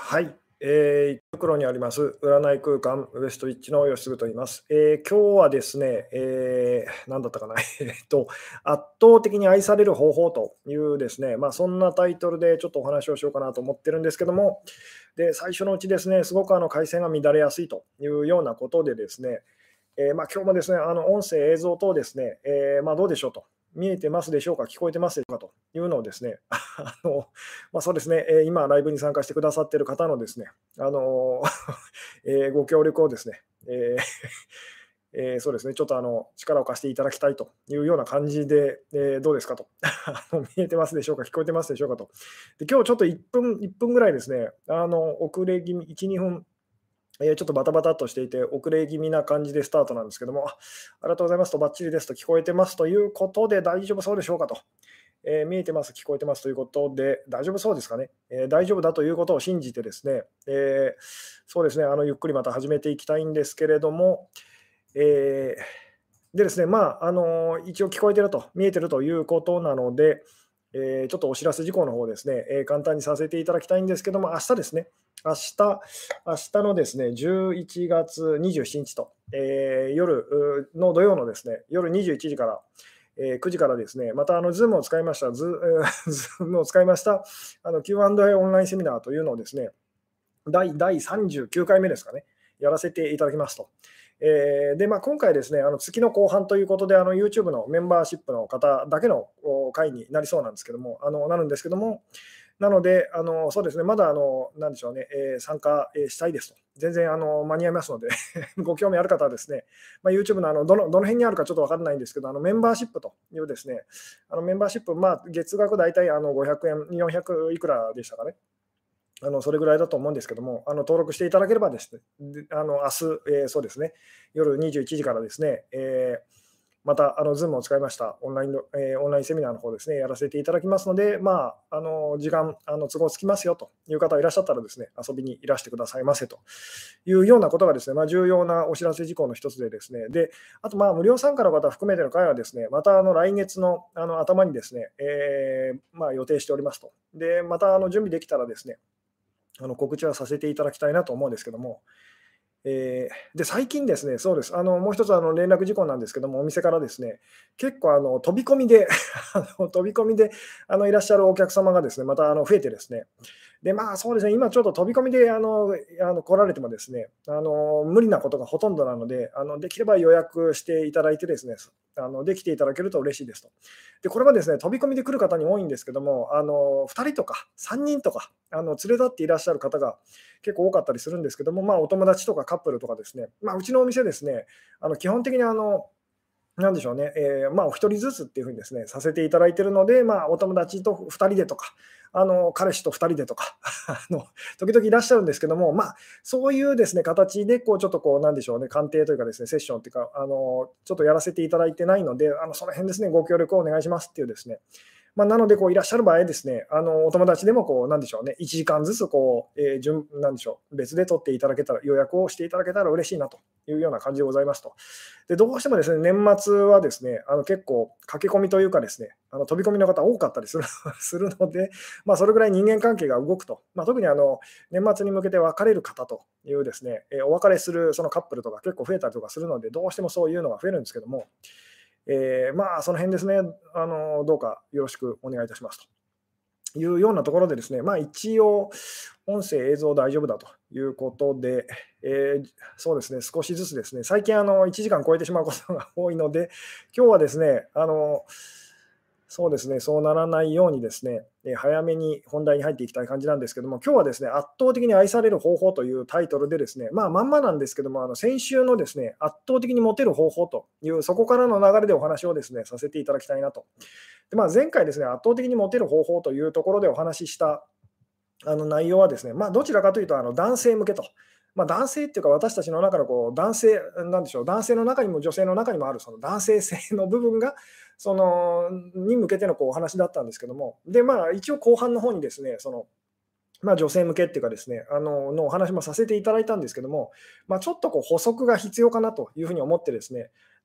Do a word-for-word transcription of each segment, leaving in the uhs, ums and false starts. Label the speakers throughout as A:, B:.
A: はい、えー、池袋にあります占い空間ウエストウィッチの吉嗣と言います。えー今日はですね、えー、何だったかな、えーっと、圧倒的に愛される方法というですね、まあ、そんなタイトルでちょっとお話をしようかなと思ってるんですけども、で、最初のうちですね、すごくあの回線が乱れやすいというようなことでですね、えーまあ、今日もですね、あの音声、映像等ですね、えーまあ、どうでしょうと、見えてますでしょうか、聞こえてますでしょうかというのをですね、あのまあ、そうですね、えー今、ライブに参加してくださっている方のですね、あのえーご協力をですね、えーえーそうですね、ちょっとあの力を貸していただきたいというような感じで、えーどうですかとあの、見えてますでしょうか、聞こえてますでしょうかと。で今日ちょっといっぷん、いっぷんぐらいですね、あの遅れ気味、いち、にふんえーちょっとバタバタっとしていて、遅れ気味な感じでスタートなんですけども、あありがとうございますと、バッチリですと、聞こえてますということで大丈夫そうでしょうかと、えー見えてます、聞こえてますということで、大丈夫そうですかね、えー大丈夫だということを信じてですね、えーそうですね、あのゆっくりまた始めていきたいんですけれども、えーでですね、まあ、あの一応聞こえてると、見えてるということなので、えーちょっとお知らせ事項の方ですね、えー簡単にさせていただきたいんですけども、明日ですね、明日明日のですね、じゅういちがつにじゅうしちにちと、えー夜うの土曜のですね、夜にじゅういちじから、えーくじからですね、またあの Zoom を使いました、ズえー Zoom を使いましたあの キューアンドエー オンラインセミナーというのをですね、第第さんじゅうきゅうかいめですかね、やらせていただきますと。えーで、まあ、今回ですね、あの月の後半ということで、あの YouTube のメンバーシップの方だけのお会になりそうなんですけども、あのなるんですけども、なので、あのそうですね、まだあのなんでしょうね、えー参加えーしたいですと、全然あの間に合いますので、ご興味ある方はですね、まあ、YouTube のあのどのどの辺にあるかちょっと分からないんですけど、あのメンバーシップというですね、あのメンバーシップ、まあ、月額大体あのごひゃくえん、よんひゃくいくらでしたかね。あのそれぐらいだと思うんですけども、あの登録していただければですね、であの明日、えーそうですね、夜にじゅういちじからですね、えーまたあの Zoom を使いましたオンラインの、えーオンラインセミナーの方ですね、やらせていただきますので、まあ、あの時間、あの都合つきますよという方いらっしゃったらですね、遊びにいらしてくださいませというようなことがですね、まあ、重要なお知らせ事項の一つでですね、で、あとまあ無料参加の方含めての会はですね、またあの来月のあの頭にですね、えーまあ、予定しておりますと。で、またあの準備できたらですね、あの告知はさせていただきたいなと思うんですけども、えーで、最近ですね、そうです、あのもう一つあの連絡事項なんですけども、お店からですね、結構あの飛び込みであの飛び込みであのいらっしゃるお客様がですね、またあの増えてですね、で、まあ、そうですね、今ちょっと飛び込みであのあの来られてもですね、あの無理なことがほとんどなので、あのできれば予約していただいてですね、あのできていただけると嬉しいですと。で、これはですね、飛び込みで来る方に多いんですけども、あのふたりとかさんにんとかあの連れ立っていらっしゃる方が結構多かったりするんですけども、まあ、お友達とかカップルとかですね、まあ、うちのお店ですね、あの基本的にあのなんでしょうね、えーまあ、お一人ずつっていう風にですね、させていただいているので、まあ、お友達とふたりでとか、あの、彼氏とふたりでとか、あの、時々いらっしゃるんですけども、まあ、そういうですね、形で、こう、ちょっとこう、なんでしょうね、鑑定というかですね、セッションっていうか、あの、ちょっとやらせていただいてないので、あの、その辺ですね、ご協力をお願いしますっていうですね、まあ、なので、こういらっしゃる場合ですね、あの、お友達でもこう、なんでしょうね、いちじかんずつこう、えー順なんでしょう、別で取っていただけたら、予約をしていただけたら嬉しいなというような感じでございますと。で、どうしてもですね、年末はですね、あの結構駆け込みというかですね、あの飛び込みの方多かったりするするので、まあ、それぐらい人間関係が動くと。まあ、特にあの年末に向けて別れる方というですね、えーお別れするそのカップルとか結構増えたりとかするので、どうしてもそういうのが増えるんですけども、えーまあ、その辺ですね、あのどうかよろしくお願いいたしますというようなところでですね、まあ、一応、音声、映像大丈夫だということで、えーそうですね、少しずつですね、最近あのいちじかん超えてしまうことが多いので、今日はですね、あのそうですね、そうならないようにですね、えー早めに本題に入っていきたい感じなんですけども、今日はですね、圧倒的に愛される方法というタイトルでですね、まあ、まんまなんですけども、あの先週のですね、圧倒的にモテる方法という、そこからの流れでお話をですね、させていただきたいなと。で、まあ、前回ですね、圧倒的にモテる方法というところでお話ししたあの内容はですね、まあ、どちらかというとあの男性向けと。まあ、男性っていうか、私たちの中のこう男性なんでしょう、男性の中にも女性の中にもあるその男性性の部分が、そのに向けてのこうお話だったんですけども、で、まあ、一応後半の方にですね、そのまあ、女性向けっていうかですね、あののお話もさせていただいたんですけども、まあ、ちょっとこう補足が必要かなというふうに思ってですね、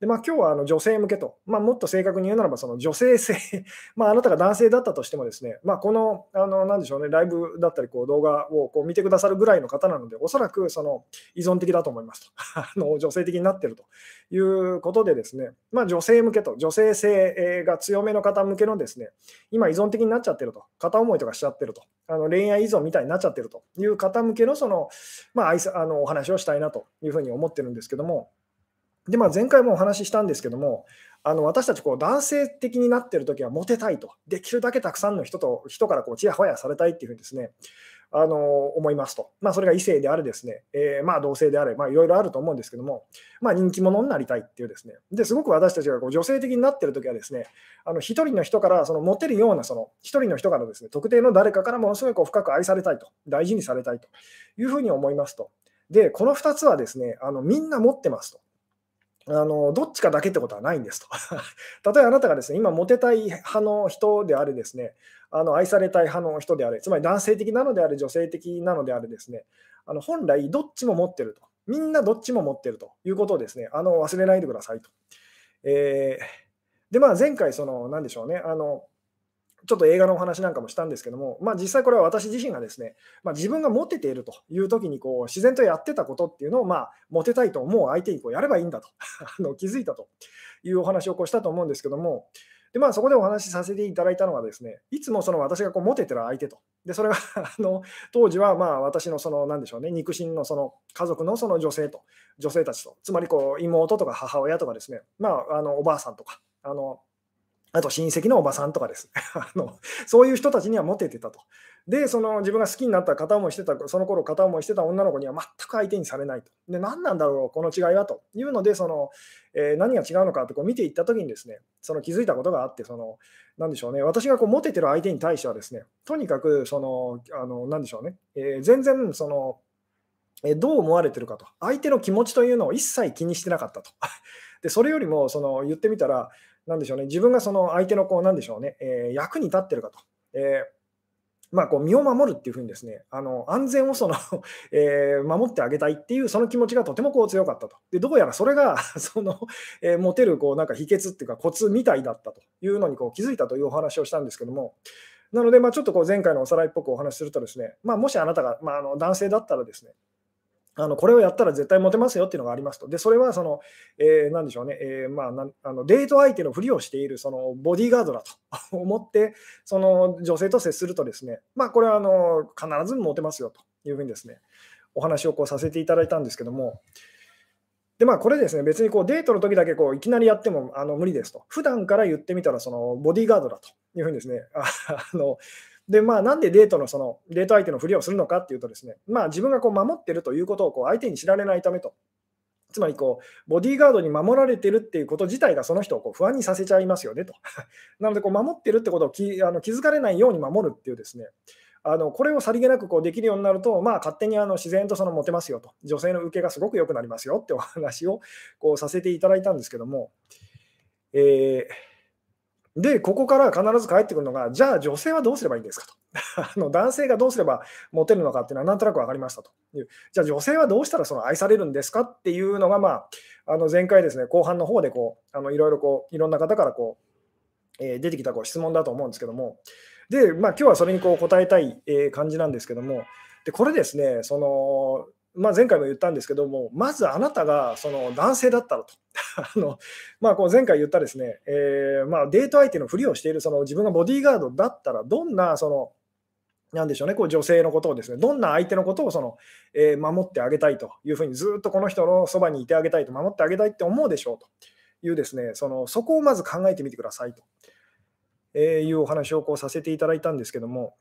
A: で、まあ、今日はあの女性向けと、まあ、もっと正確に言うならば、その女性性、まあ、あなたが男性だったとしてもですね、まあ、この、あの、なんでしょうね、ライブだったり、こう動画をこう見てくださるぐらいの方なので、おそらくその依存的だと思いますと。あの女性的になっているということでですね、まあ、女性向けと、女性性が強めの方向けのですね、今依存的になっちゃってると、片思いとかしちゃってると、あの恋愛依存みたいになっちゃってるという方向けのその、まあ、あいさあのお話をしたいなというふうに思ってるんですけども、で、まあ、前回もお話ししたんですけども、あの私たちこう男性的になっているときはモテたいと、できるだけたくさんの人と人からこうちやほやされたいっていうふうにですね、あの思いますと。まあ、それが異性であれですね、えーまあ、同性であれ、まあ、いろいろあると思うんですけども、まあ、人気者になりたいっていうですね、ですごく私たちがこう女性的になっているときはですね、あの一人の人からそのモテるようなその一人の人からですね、特定の誰かからものすごいこう深く愛されたいと、大事にされたいというふうに思いますと。で、このふたつはですね、あのみんな持ってますと。あの、どっちかだけってことはないんですと。例えばあなたがですね、今モテたい派の人であれですね、あの愛されたい派の人であれ、つまり男性的なのであれ、女性的なのであれですね、あの本来どっちも持ってると。みんなどっちも持ってるということをですね、あの忘れないでくださいと。えーで、まあ、前回その、なんでしょうね、あのちょっと映画のお話なんかもしたんですけども、まあ、実際これは私自身がですね、まあ、自分がモテているという時にこう自然とやってたことっていうのを、まあ、モテたいと思う相手にこうやればいいんだとあの気づいたというお話をこうしたと思うんですけども、で、まあ、そこでお話しさせていただいたのはですね、いつもその私がこうモテてる相手と、でそれがあの当時はまあ私のそのなんでしょうね、肉親のその家族のその女性と、女性たちと、つまりこう妹とか母親とかですね、まあ、あのおばあさんとか、あのあと親戚のおばさんとかですね。あの、そういう人たちにはモテてたと。で、その自分が好きになった片思いしてた、その頃片思いしてた女の子には全く相手にされないと。で、何なんだろう、この違いはというので、その、えー何が違うのかってこう見ていったときにですね、その気づいたことがあって、その、なんでしょうね、私がこうモテてる相手に対してはですね、とにかくその、あの、なんでしょうね、えー全然その、え、どう思われてるかと、相手の気持ちというのを一切気にしてなかったと。で、それよりもその言ってみたら、なんでしょうね、自分がその相手のこうなんでしょうね、えー役に立ってるかと。えーまあ、こう身を守るっていう風にですね、あの安全をそのえー守ってあげたいっていうその気持ちがとてもこう強かったと。で、どうやらそれがその、えーモテるこうなんか秘訣っていうかコツみたいだったというのにこう気づいたというお話をしたんですけども、なので、まあ、ちょっとこう前回のおさらいっぽくお話しするとですね、まあ、もしあなたが、まあ、あの男性だったらですね、あのこれをやったら絶対モテますよっていうのがありますと。で、それはその、えーなんでしょうね、えーまあ、なんあのデート相手のふりをしているそのボディーガードだと思って、その女性と接するとですね、まあ、これはあの必ずモテますよというふうにですね、お話をこうさせていただいたんですけども、で、まあ、これですね、別にこうデートの時だけこういきなりやってもあの無理ですと。普段から言ってみたらそのボディーガードだというふうにですね、ああので、まあ、なんでデートのそのデート相手のふりをするのかっていうとですね、まあ、自分がこう守ってるということをこう相手に知られないためと。つまりこう、ボディーガードに守られてるっていうこと自体がその人をこう不安にさせちゃいますよねと。なのでこう守ってるってことをきあの気づかれないように守るっていうですね、あのこれをさりげなくこうできるようになると、まあ、勝手にあの自然とそのモテますよと、女性の受けがすごく良くなりますよってお話をこうさせていただいたんですけども、えーで、ここから必ず返ってくるのが、じゃあ女性はどうすればいいんですかと。あの男性がどうすればモテるのかっていうのはなんとなく分かりましたという。じゃあ女性はどうしたらその愛されるんですかっていうのが、まあ、あの前回ですね、後半の方でこう、あのいろいろこう、いろんな方からこう、えー出てきたこう質問だと思うんですけども、で、まあ、今日はそれにこう答えたい、えー感じなんですけども、で、これですね、その、まあ、前回も言ったんですけども、まずあなたがその男性だったらと、あのまあ、こう前回言ったですね、えーまあ、デート相手のふりをしているその自分がボディーガードだったら、どんなその、なんでしょうね、こう女性のことをですね、どんな相手のことをその、えー守ってあげたいというふうに、ずっとこの人のそばにいてあげたいと、守ってあげたいって思うでしょうというですね、そのそこをまず考えてみてくださいと、えーいうお話をこうさせていただいたんですけども、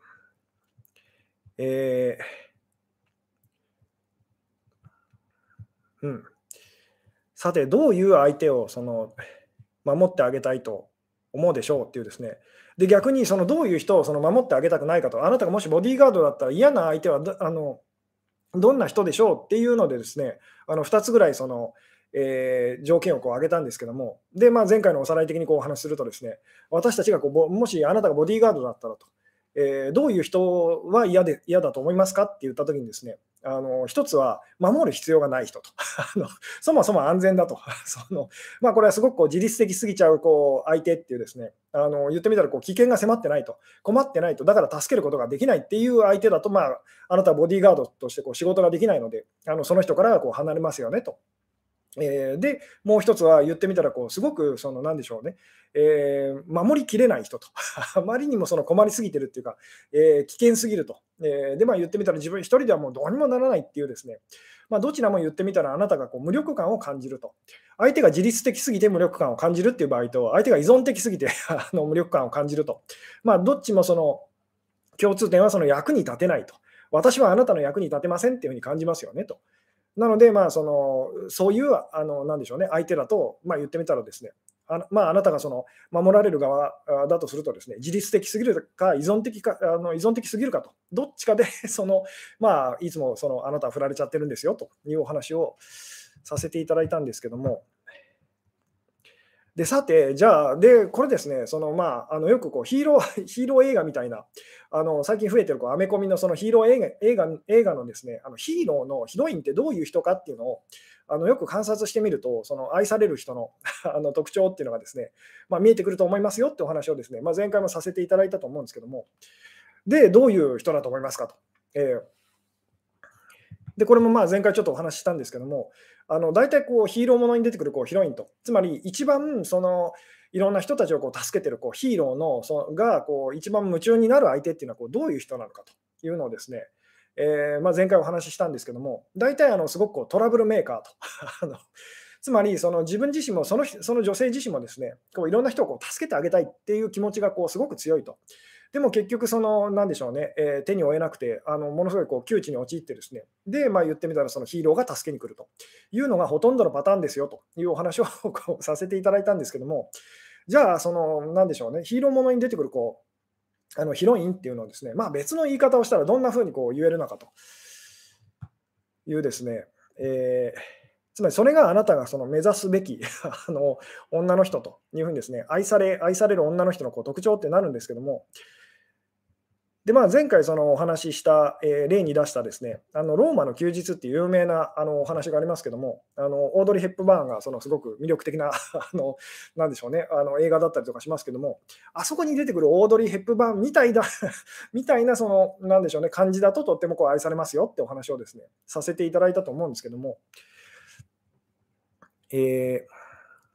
A: えーうん、さて、どういう相手をその守ってあげたいと思うでしょうっていうですね。で、逆にそのどういう人をその守ってあげたくないかと、あなたがもしボディーガードだったら嫌な相手はどあのどんな人でしょうっていうのでですね、あのふたつぐらいその、えー条件をこう挙げたんですけども、で、まあ、前回のおさらい的にこうお話しするとですね、私たちがこうぼもしあなたがボディーガードだったらと、えーどういう人は嫌で嫌だと思いますかって言った時にですね、 あの一つは守る必要がない人とあのそもそも安全だとその、まあ、これはすごくこう自律的すぎちゃうこう相手っていうですね、あの言ってみたらこう危険が迫ってないと、困ってないと、だから助けることができないっていう相手だと、まあ、あなたはボディーガードとしてこう仕事ができないので、あのその人からはこう離れますよねと。えーで、もう一つは言ってみたらこう、すごくそのなんでしょうね、えー守りきれない人と、あまりにもその困りすぎてるっていうか、えー危険すぎると、えーで、まあ、言ってみたら自分一人ではもうどうにもならないっていうですね、まあ、どちらも言ってみたらあなたがこう無力感を感じると。相手が自律的すぎて無力感を感じるっていう場合と、相手が依存的すぎてあの無力感を感じると。まあ、どっちもその共通点はその役に立てないと。私はあなたの役に立てませんっていうふうに感じますよねと。なので、まあ、その、そういう、あの、なんでしょうね、相手だと、まあ、言ってみたらですね、あの、まあ、あなたがその、守られる側あだとするとですね、自律的すぎるか、依存的か、あの、依存的すぎるかと、どっちかで、その、まあ、いつもその、あなたは振られちゃってるんですよというお話をさせていただいたんですけども、で、さて、じゃあ、で、これですね、その、まあ、あの、よくこうヒーローヒーロー映画みたいな、あの、最近増えてるこうアメコミのそのヒーロー映画映画映画のですね、あの、ヒーローのヒロインってどういう人かっていうのを、あの、よく観察してみると、その愛される人のあの、特徴っていうのがですね、まあ、見えてくると思いますよってお話をですね、まあ、前回もさせていただいたと思うんですけども、で、どういう人だと思いますかと。えーで、これもまあ前回ちょっとお話ししたんですけども、あの大体こうヒーローものに出てくるこうヒロインと、つまり一番そのいろんな人たちをこう助けてるこうヒーローのそのがこう一番夢中になる相手っていうのはこうどういう人なのかというのをですね、えーまあ、前回お話ししたんですけども、大体あのすごくこうトラブルメーカーとあのつまりその自分自身もその人その女性自身もですね、こういろんな人をこう助けてあげたいっていう気持ちがこうすごく強いと。でも結局その、なんでしょうね、えー手に負えなくて、あの、ものすごいこう窮地に陥ってですね、で、まあ、言ってみたらそのヒーローが助けに来るというのがほとんどのパターンですよというお話をこうさせていただいたんですけども、じゃあ、その、なんでしょうね、ヒーローものに出てくるこう、あの、ヒロインっていうのをですね、まあ、別の言い方をしたらどんな風にこう言えるのかというですね、えーつまりそれがあなたがその目指すべきあの女の人というふうにですね、愛され愛される女の人のこう特徴ってなるんですけども、で、まあ、前回そのお話しした、えー例に出したですね、あのローマの休日っていう有名なあのお話がありますけども、あのオードリー・ヘップバーンがそのすごく魅力的なあのなんでしょうね、あの映画だったりとかしますけども、あそこに出てくるオードリー・ヘップバーンみたいなみたいなそのなんでしょうね、感じだととってもこう愛されますよってお話をですね、させていただいたと思うんですけども、えー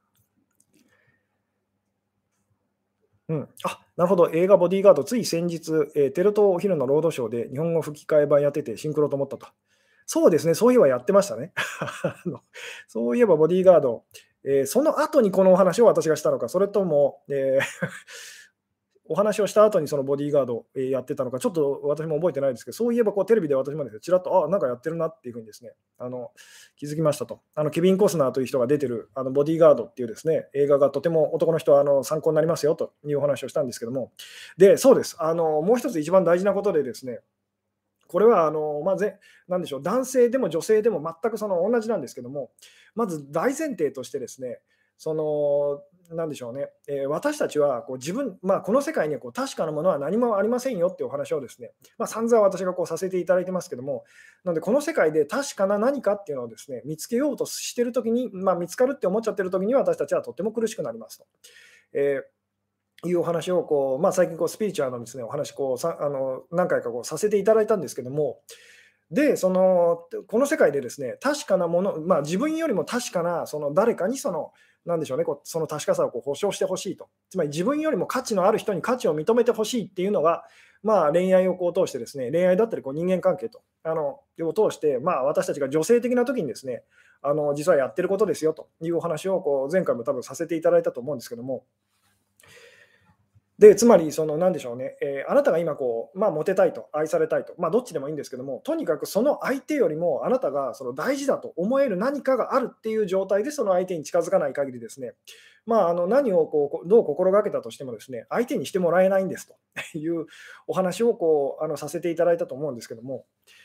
A: うん、あ、なるほど、映画ボディーガード、つい先日、えーテレ東お昼のロードショーで日本語吹き替え版やっててシンクロと思ったと。そうですね、そういえばやってましたね。あのそういえばボディーガード、えーその後にこのお話を私がしたのか、それとも、えーお話をした後にそのボディーガード、えーやってたのか、ちょっと私も覚えてないですけど、そういえばこうテレビで私もですね、ちらっと、あ、なんかやってるなっていうふうにですね、あの気づきましたと。あのケビン・コスナーという人が出てるあのボディーガードっていうですね、映画がとても男の人はあの参考になりますよというお話をしたんですけども、で、そうです。あのもう一つ一番大事なことでですね、これはあの、まあ、ぜなんでしょう、男性でも女性でも全くその同じなんですけども、まず大前提としてですね、その、なんでしょうね、えー私たちはこう自分、まあ、この世界にはこう確かなものは何もありませんよっていうお話をですね、まあ、散々私がこうさせていただいてますけども、なのでこの世界で確かな何かっていうのをですね、見つけようとしているときに、まあ、見つかるって思っちゃってるときに私たちはとっても苦しくなりますと。えーいうお話をこう、まあ、最近こうスピリチュアルのですね、お話こうさあの何回かこうさせていただいたんですけども、で、その、この世界でですね、確かなもの、まあ、自分よりも確かなその誰かにその、なんでしょうね、こうその確かさをこう保証してほしいと。つまり自分よりも価値のある人に価値を認めてほしいっていうのが、まあ、恋愛をこう通してですね、恋愛だったりこう人間関係と、あの、を通して、まあ、私たちが女性的な時にですね、あの、実はやってることですよというお話をこう前回も多分させていただいたと思うんですけども、で、つまり、その、なんでしょうね、えーあなたが今こう、まあ、モテたいと、愛されたいと、まあ、どっちでもいいんですけども、とにかくその相手よりも、あなたがその大事だと思える何かがあるっていう状態で、その相手に近づかない限りですね、まあ、あの、何をこう、こどう心がけたとしてもですね、相手にしてもらえないんですというお話をこう、あの、させていただいたと思うんですけども、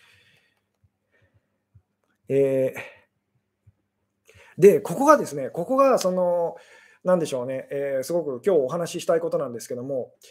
A: えーで、ここがですね、ここがその、なんでしょうね、えーすごく今日お話ししたいことなんですけども、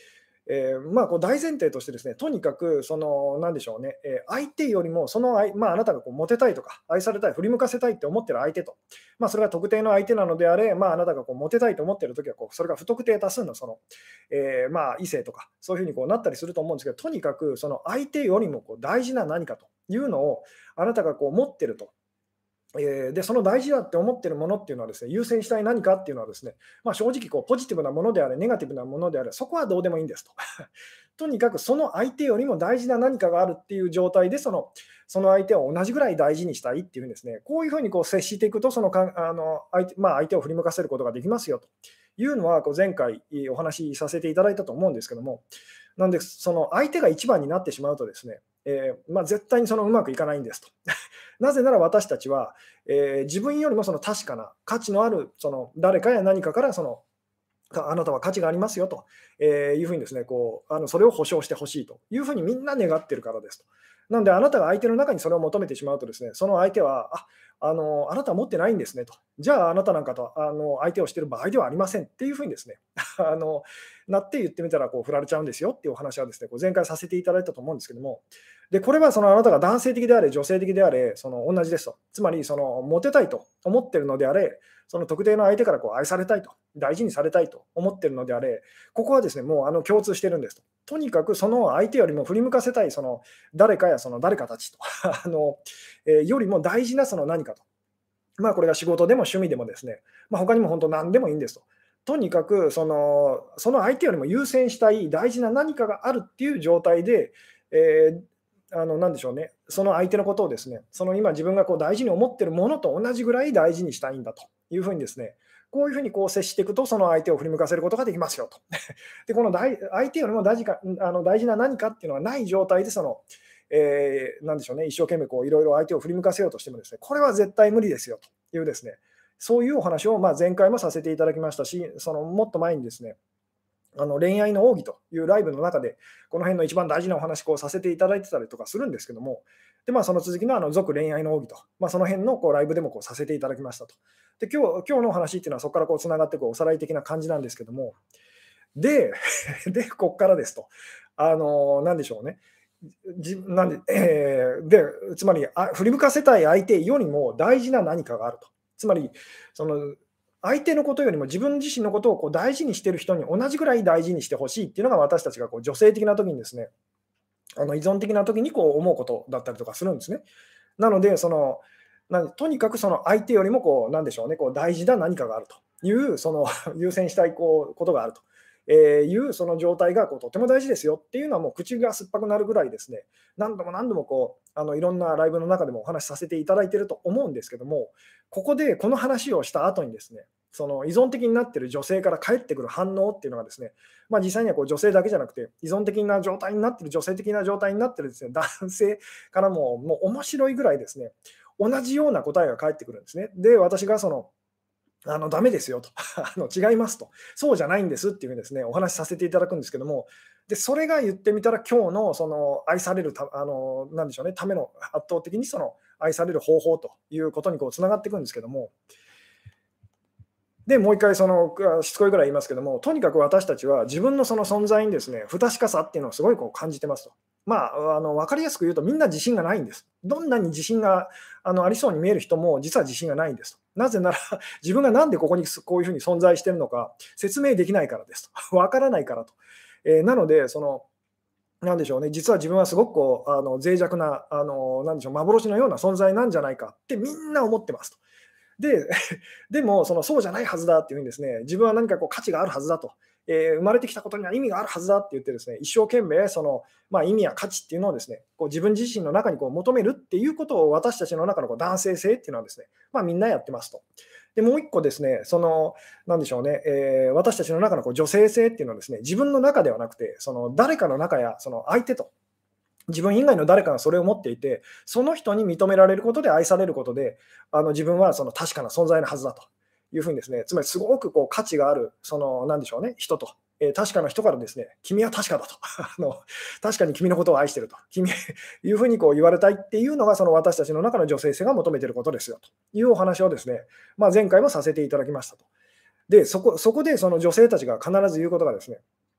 A: えーまあ、こう大前提としてですね、とにかくその、なんでしょうね、えー相手よりもその相、まあ、あなたがこうモテたいとか、愛されたい、振り向かせたいって思ってる相手と、まあ、それが特定の相手なのであれ、まあ、あなたがこうモテたいと思っているときはこう、それが不特定多数のその、えーまあ、異性とか、そういうふうにこうなったりすると思うんですけど、とにかくその相手よりもこう大事な何かというのをあなたがこう持ってると。えーで、その大事だって思ってるものっていうのはですね、優先したい何かっていうのはですね、まあ、正直こうポジティブなものであれ、ネガティブなものであれ、そこはどうでもいいんですと。とにかくその相手よりも大事な何かがあるっていう状態で、そのその相手を同じぐらい大事にしたいっていうふうにですね、こういうふうにこう接していくと、そのかんあの相手、まあ、相手を振り向かせることができますよというのは、こう前回お話しさせていただいたと思うんですけども、なんで、その相手が一番になってしまうとですね、えーまあ、絶対にそのうまくいかないんですと。なぜなら私たちは、えー自分よりもその確かな価値のあるその誰かや何かからそのかあなたは価値がありますよと、えーいうふうにですね、こうあのそれを保証してほしいというふうにみんな願ってるからですと。なので、あなたが相手の中にそれを求めてしまうとですね、その相手は、ああのあなたは持ってないんですねと。じゃあ、あなたなんかとあの相手をしている場合ではありませんっていうふうにですね、あのなって言ってみたらこう振られちゃうんですよっていうお話はですね、こう前回させていただいたと思うんですけども、でこれはそのあなたが男性的であれ、女性的であれ、その同じですと。つまり、そのモテたいと思ってるのであれ、その特定の相手からこう愛されたいと、大事にされたいと思ってるのであれ、ここはですね、もうあの共通してるんですと。とにかくその相手よりも振り向かせたいその誰かやその誰かたちとあの、えーよりも大事なその何かと。まあ、これが仕事でも趣味でもですね、まあ、他にも本当何でもいいんですと。とにかくそのその相手よりも優先したい大事な何かがあるっていう状態で、えーあのなんでしょうね、その相手のことをですね、その今自分がこう大事に思っているものと同じぐらい大事にしたいんだというふうにですね、こういうふうにこう接していくと、その相手を振り向かせることができますよと。で、この大相手よりも大事かあの大事な何かっていうのがない状態で、その、えーなんでしょうね、一生懸命こういろいろ相手を振り向かせようとしてもですね、これは絶対無理ですよというですね、そういうお話をまあ前回もさせていただきましたし、そのもっと前にですね、あの恋愛の奥義というライブの中で、この辺の一番大事なお話をさせていただいてたりとかするんですけども、でまあ、その続きのあの続恋愛の奥義と、まあ、その辺のこうライブでもこうさせていただきましたと。で今日今日のお話っていうのはそこからこうつながってこうおさらい的な感じなんですけども、で、でここからですと、あのなんでしょうね、じなんでえーでつまりあ振り向かせたい相手よりも大事な何かがあると。つまりその相手のことよりも自分自身のことをこう大事にしている人に同じぐらい大事にしてほしいっていうのが私たちがこう女性的な時にですね、あの依存的な時にこう思うことだったりとかするんですね。なので、そのなんとにかくその相手よりもこうなんでしょうね、こう大事な何かがあるというその優先したいこうことがあると。えーいうその状態がこうとても大事ですよっていうのはもう口が酸っぱくなるぐらいですね、何度も何度もこうあのいろんなライブの中でもお話しさせていただいていると思うんですけども、ここでこの話をした後にですね、その依存的になっている女性から返ってくる反応っていうのがですね、まあ、実際にはこう女性だけじゃなくて、依存的な状態になっている、女性的な状態になっているですね、男性からももう面白いぐらいですね、同じような答えが返ってくるんですね。で、私がそのあのダメですよとあの、違いますと、そうじゃないんですっていうふうにですね、お話しさせていただくんですけども、でそれが言ってみたら、今日のその愛されるたあのなんでしょうね、ための圧倒的にその愛される方法ということにこうつながっていくんですけども、で、もう一回その、くしつこいぐらい言いますけども、とにかく私たちは自分のその存在にですね、不確かさっていうのをすごいこう感じてますと。まあ、あの分かりやすく言うと、みんな自信がないんです。どんなに自信があのありそうに見える人も、実は自信がないんですと。なぜなら、自分がなんでここにこういうふうに存在しているのか、説明できないからですと。分からないからと。えーなので、その、なんでしょうね、実は自分はすごくこうあの脆弱な、あのなんでしょう、幻のような存在なんじゃないかってみんな思ってますと。で、でもそのそうじゃないはずだっていうふうにですね、自分は何かこう価値があるはずだと、えー生まれてきたことには意味があるはずだって言ってですね、一生懸命その、まあ、意味や価値っていうのをですね、こう自分自身の中にこう求めるっていうことを私たちの中のこう男性性っていうのはですね、まあ、みんなやってますと。で、もう一個ですね、その、なんでしょうね、えー私たちの中のこう女性性っていうのはですね、自分の中ではなくて、その誰かの中やその相手と自分以外の誰かがそれを持っていて、その人に認められることで愛されることで、あの自分はその確かな存在のはずだというふうにですね、つまりすごくこう価値がある、そのなんでしょうね、人と、えー確かな人からですね、君は確かだとあの、確かに君のことを愛していると、君いうふうにこう言われたいっていうのが、その私たちの中の女性性が求めていることですよというお話をですね、まあ、前回もさせていただきましたと。で、そこそこでその女性たちが必ず言うことがですね、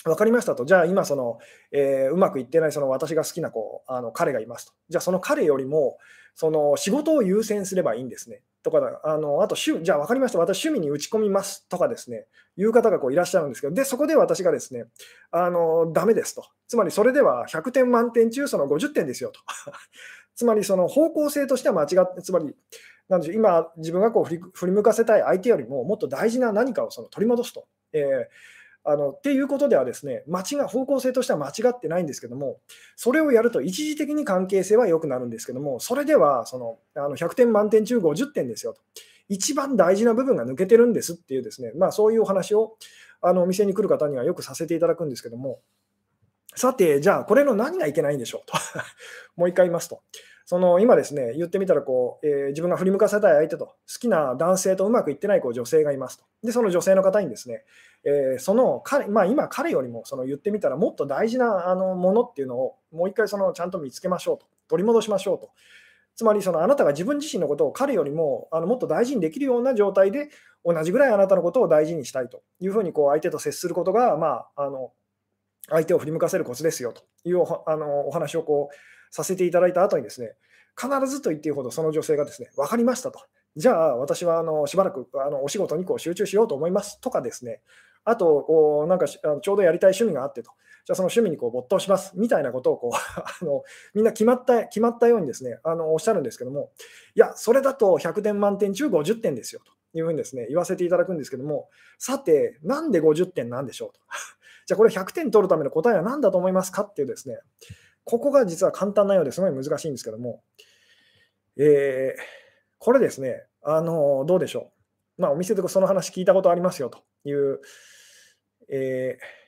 A: 分かりましたと。じゃあ今その、えーうまくいってないその私が好きなこう、あの彼がいますと。じゃあその彼よりも、その仕事を優先すればいいんですね。とかだ、あの、あと趣じゃあ分かりました、私趣味に打ち込みますとかですね、いう方がこういらっしゃるんですけど、で、そこで私がですね、あの、ダメですと。つまりそれではひゃくてん満点中そのごじゅってんですよと。つまりその方向性としては間違って、つまり、なんでしょう、今自分がこう振り振り向かせたい相手よりももっと大事な何かをその取り戻すと。えーあのっていうことではですね、間違方向性としては間違ってないんですけども、それをやると一時的に関係性は良くなるんですけども、それではそのあのひゃくてん満点中ごじゅってんですよと。一番大事な部分が抜けてるんですっていうですね、まあ、そういうお話をあのお店に来る方にはよくさせていただくんですけども、さて、じゃあこれの何がいけないんでしょうと。もう一回言いますと。その今ですね、言ってみたらこう、えー自分が振り向かせたい相手と、好きな男性とうまくいってないこう女性がいますと。で、その女性の方にですね、えーその彼、まあ、今彼よりもその言ってみたらもっと大事なあのものっていうのをもう一回そのちゃんと見つけましょうと。取り戻しましょうと。つまりそのあなたが自分自身のことを彼よりもあのもっと大事にできるような状態で同じぐらいあなたのことを大事にしたいというふうにこう相手と接することが、まあ、あの相手を振り向かせるコツですよというおはあのお話をこうさせていただいた後にですね、必ずと言っていいほどその女性がですね、分かりましたと。じゃあ私はあのしばらくあのお仕事にこう集中しようと思いますとかですね、あとこうなんかしあのちょうどやりたい趣味があってと、じゃあその趣味にこう没頭しますみたいなことをこうあのみんな決まった決まったようにですね、あのおっしゃるんですけども、いや、それだとひゃくてん満点中ごじゅってんですよというふうにですね、言わせていただくんですけども、さて、なんでごじゅってんなんでしょうと。じゃあこれひゃくてん取るための答えは何だと思いますかっていうですね、ここが実は簡単なようですごい難しいんですけども、えーこれですね、あの、どうでしょう。まあ、お店でその話聞いたことありますよという、えー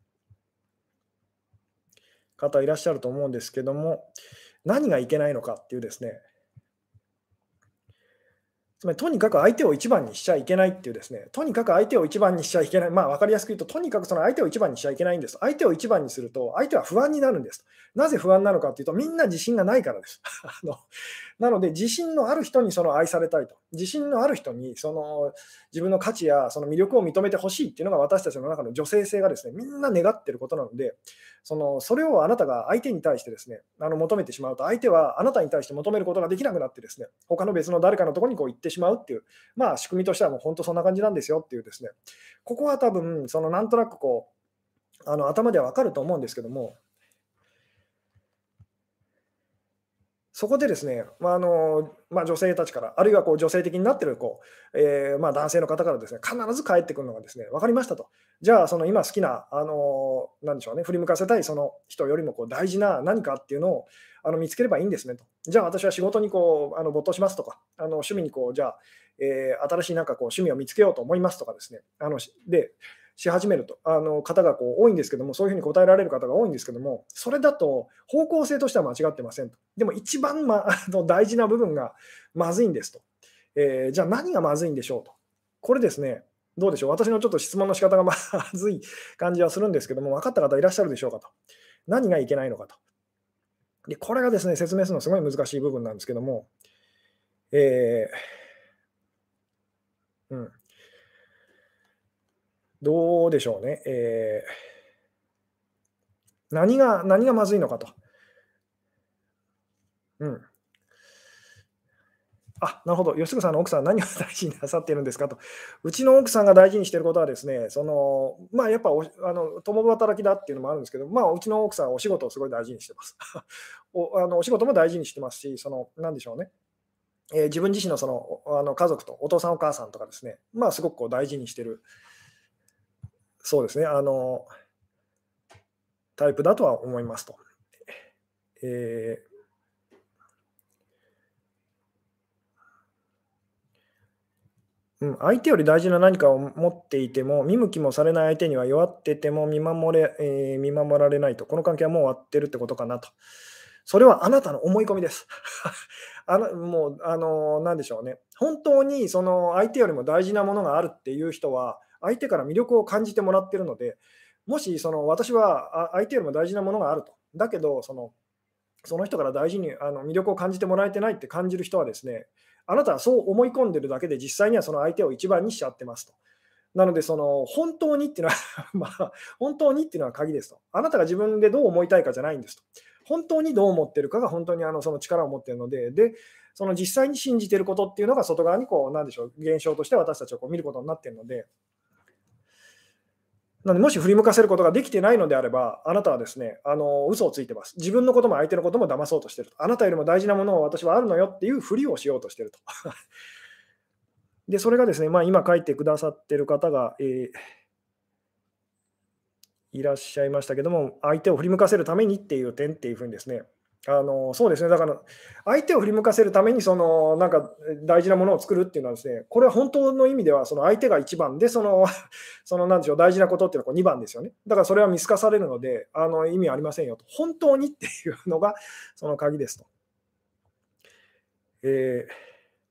A: 方いらっしゃると思うんですけども、何がいけないのかっていうですね、つまりとにかく相手を一番にしちゃいけないっていうですね、とにかく相手を一番にしちゃいけない、まあ分かりやすく言うと、とにかくその相手を一番にしちゃいけないんです。相手を一番にすると、相手は不安になるんです。なぜ不安なのかっていうと、みんな自信がないからです。あのなので、自信のある人にその愛されたいと、自信のある人にその自分の価値やその魅力を認めてほしいっていうのが私たちの中の女性性がですね、みんな願っていることなので、そのそれをあなたが相手に対してですね、あの求めてしまうと、相手はあなたに対して求めることができなくなってですね、他の別の誰かのところにこう行ってしまうっていう、まあ仕組みとしてはもう本当そんな感じなんですよっていうですね、ここは多分そのなんとなくこうあの頭ではわかると思うんですけども、そこでですね、まああのまあ、女性たちから、あるいはこう女性的になっているこう、えーまあ、男性の方からですね、必ず返ってくるのがですね、分かりましたと。じゃあ、その今好きな、あのなんでしょうね、振り向かせたいその人よりもこう大事な何かっていうのをあの見つければいいんですねと。じゃあ、私は仕事にこうあの没頭しますとか、あの趣味にこう、じゃあ、えー新しいなんかこう趣味を見つけようと思いますとかですね、あのしで、し始めると、あの方がこう多いんですけども、そういうふうに答えられる方が多いんですけども、それだと方向性としては間違ってませんと。でも一番、ま、あの大事な部分がまずいんですと。えーじゃあ何がまずいんでしょうと。これですね、どうでしょう、私のちょっと質問の仕方がまずい感じはするんですけども、分かった方いらっしゃるでしょうかと。何がいけないのかと。で、これがですね、説明するのすごい難しい部分なんですけども、えーうん、どうでしょうね。えー何が何がまずいのかと。うん。あ、なるほど。吉純さんの奥さんは何を大事になさっているんですかと。うちの奥さんが大事にしていることはですね、その、まあ、やっぱおあの共働きだっていうのもあるんですけど、まあ、うちの奥さんはお仕事をすごい大事にしてます。おあのお仕事も大事にしてますし、その、なんでしょうね、えー自分自身のその、おあの家族とお父さんお母さんとかですね、まあ、すごくこう大事にしてる、そうですね、あの、タイプだとは思いますと。えーうん、相手より大事な何かを持っていても、見向きもされない相手には弱ってても見守れえー見守られないと、この関係はもう終わってるってことかなと。それはあなたの思い込みです。あの、もう、あの、なんでしょうね。本当にその相手よりも大事なものがあるっていう人は、相手から魅力を感じてもらってるので、もしその私は、あ相手よりも大事なものがあると。だけど、そのその人から大事にあの魅力を感じてもらえてないって感じる人はですね、あなたはそう思い込んでるだけで、実際にはその相手を一番にしちゃってますと。 なので、その本当にっていうのはまあ、本当にっていうのは鍵ですと。あなたが自分でどう思いたいかじゃないんですと。本当にどう思ってるかが本当にあのその力を持っているので、で、その実際に信じていることっていうのが外側にこうなんでしょう、現象として私たちをこう見ることになっているので、なのでもし振り向かせることができてないのであれば、あなたはですね、あの嘘をついてます。自分のことも相手のことも騙そうとしていると。あなたよりも大事なものを私はあるのよっていうふりをしようとしていると。で、それがですね、まあ、今書いてくださっている方が、えーいらっしゃいましたけども、相手を振り向かせるためにっていう点っていう風にですね、あの、そうですね、だから、相手を振り向かせるために、その、なんか、大事なものを作るっていうのはですね、これは本当の意味では、その相手がいちばんで、そのその、なんでしょう、大事なことっていうのはこうにばんですよね。だからそれは見透かされるので、あの、意味ありませんよと。本当にっていうのがその鍵ですと。えー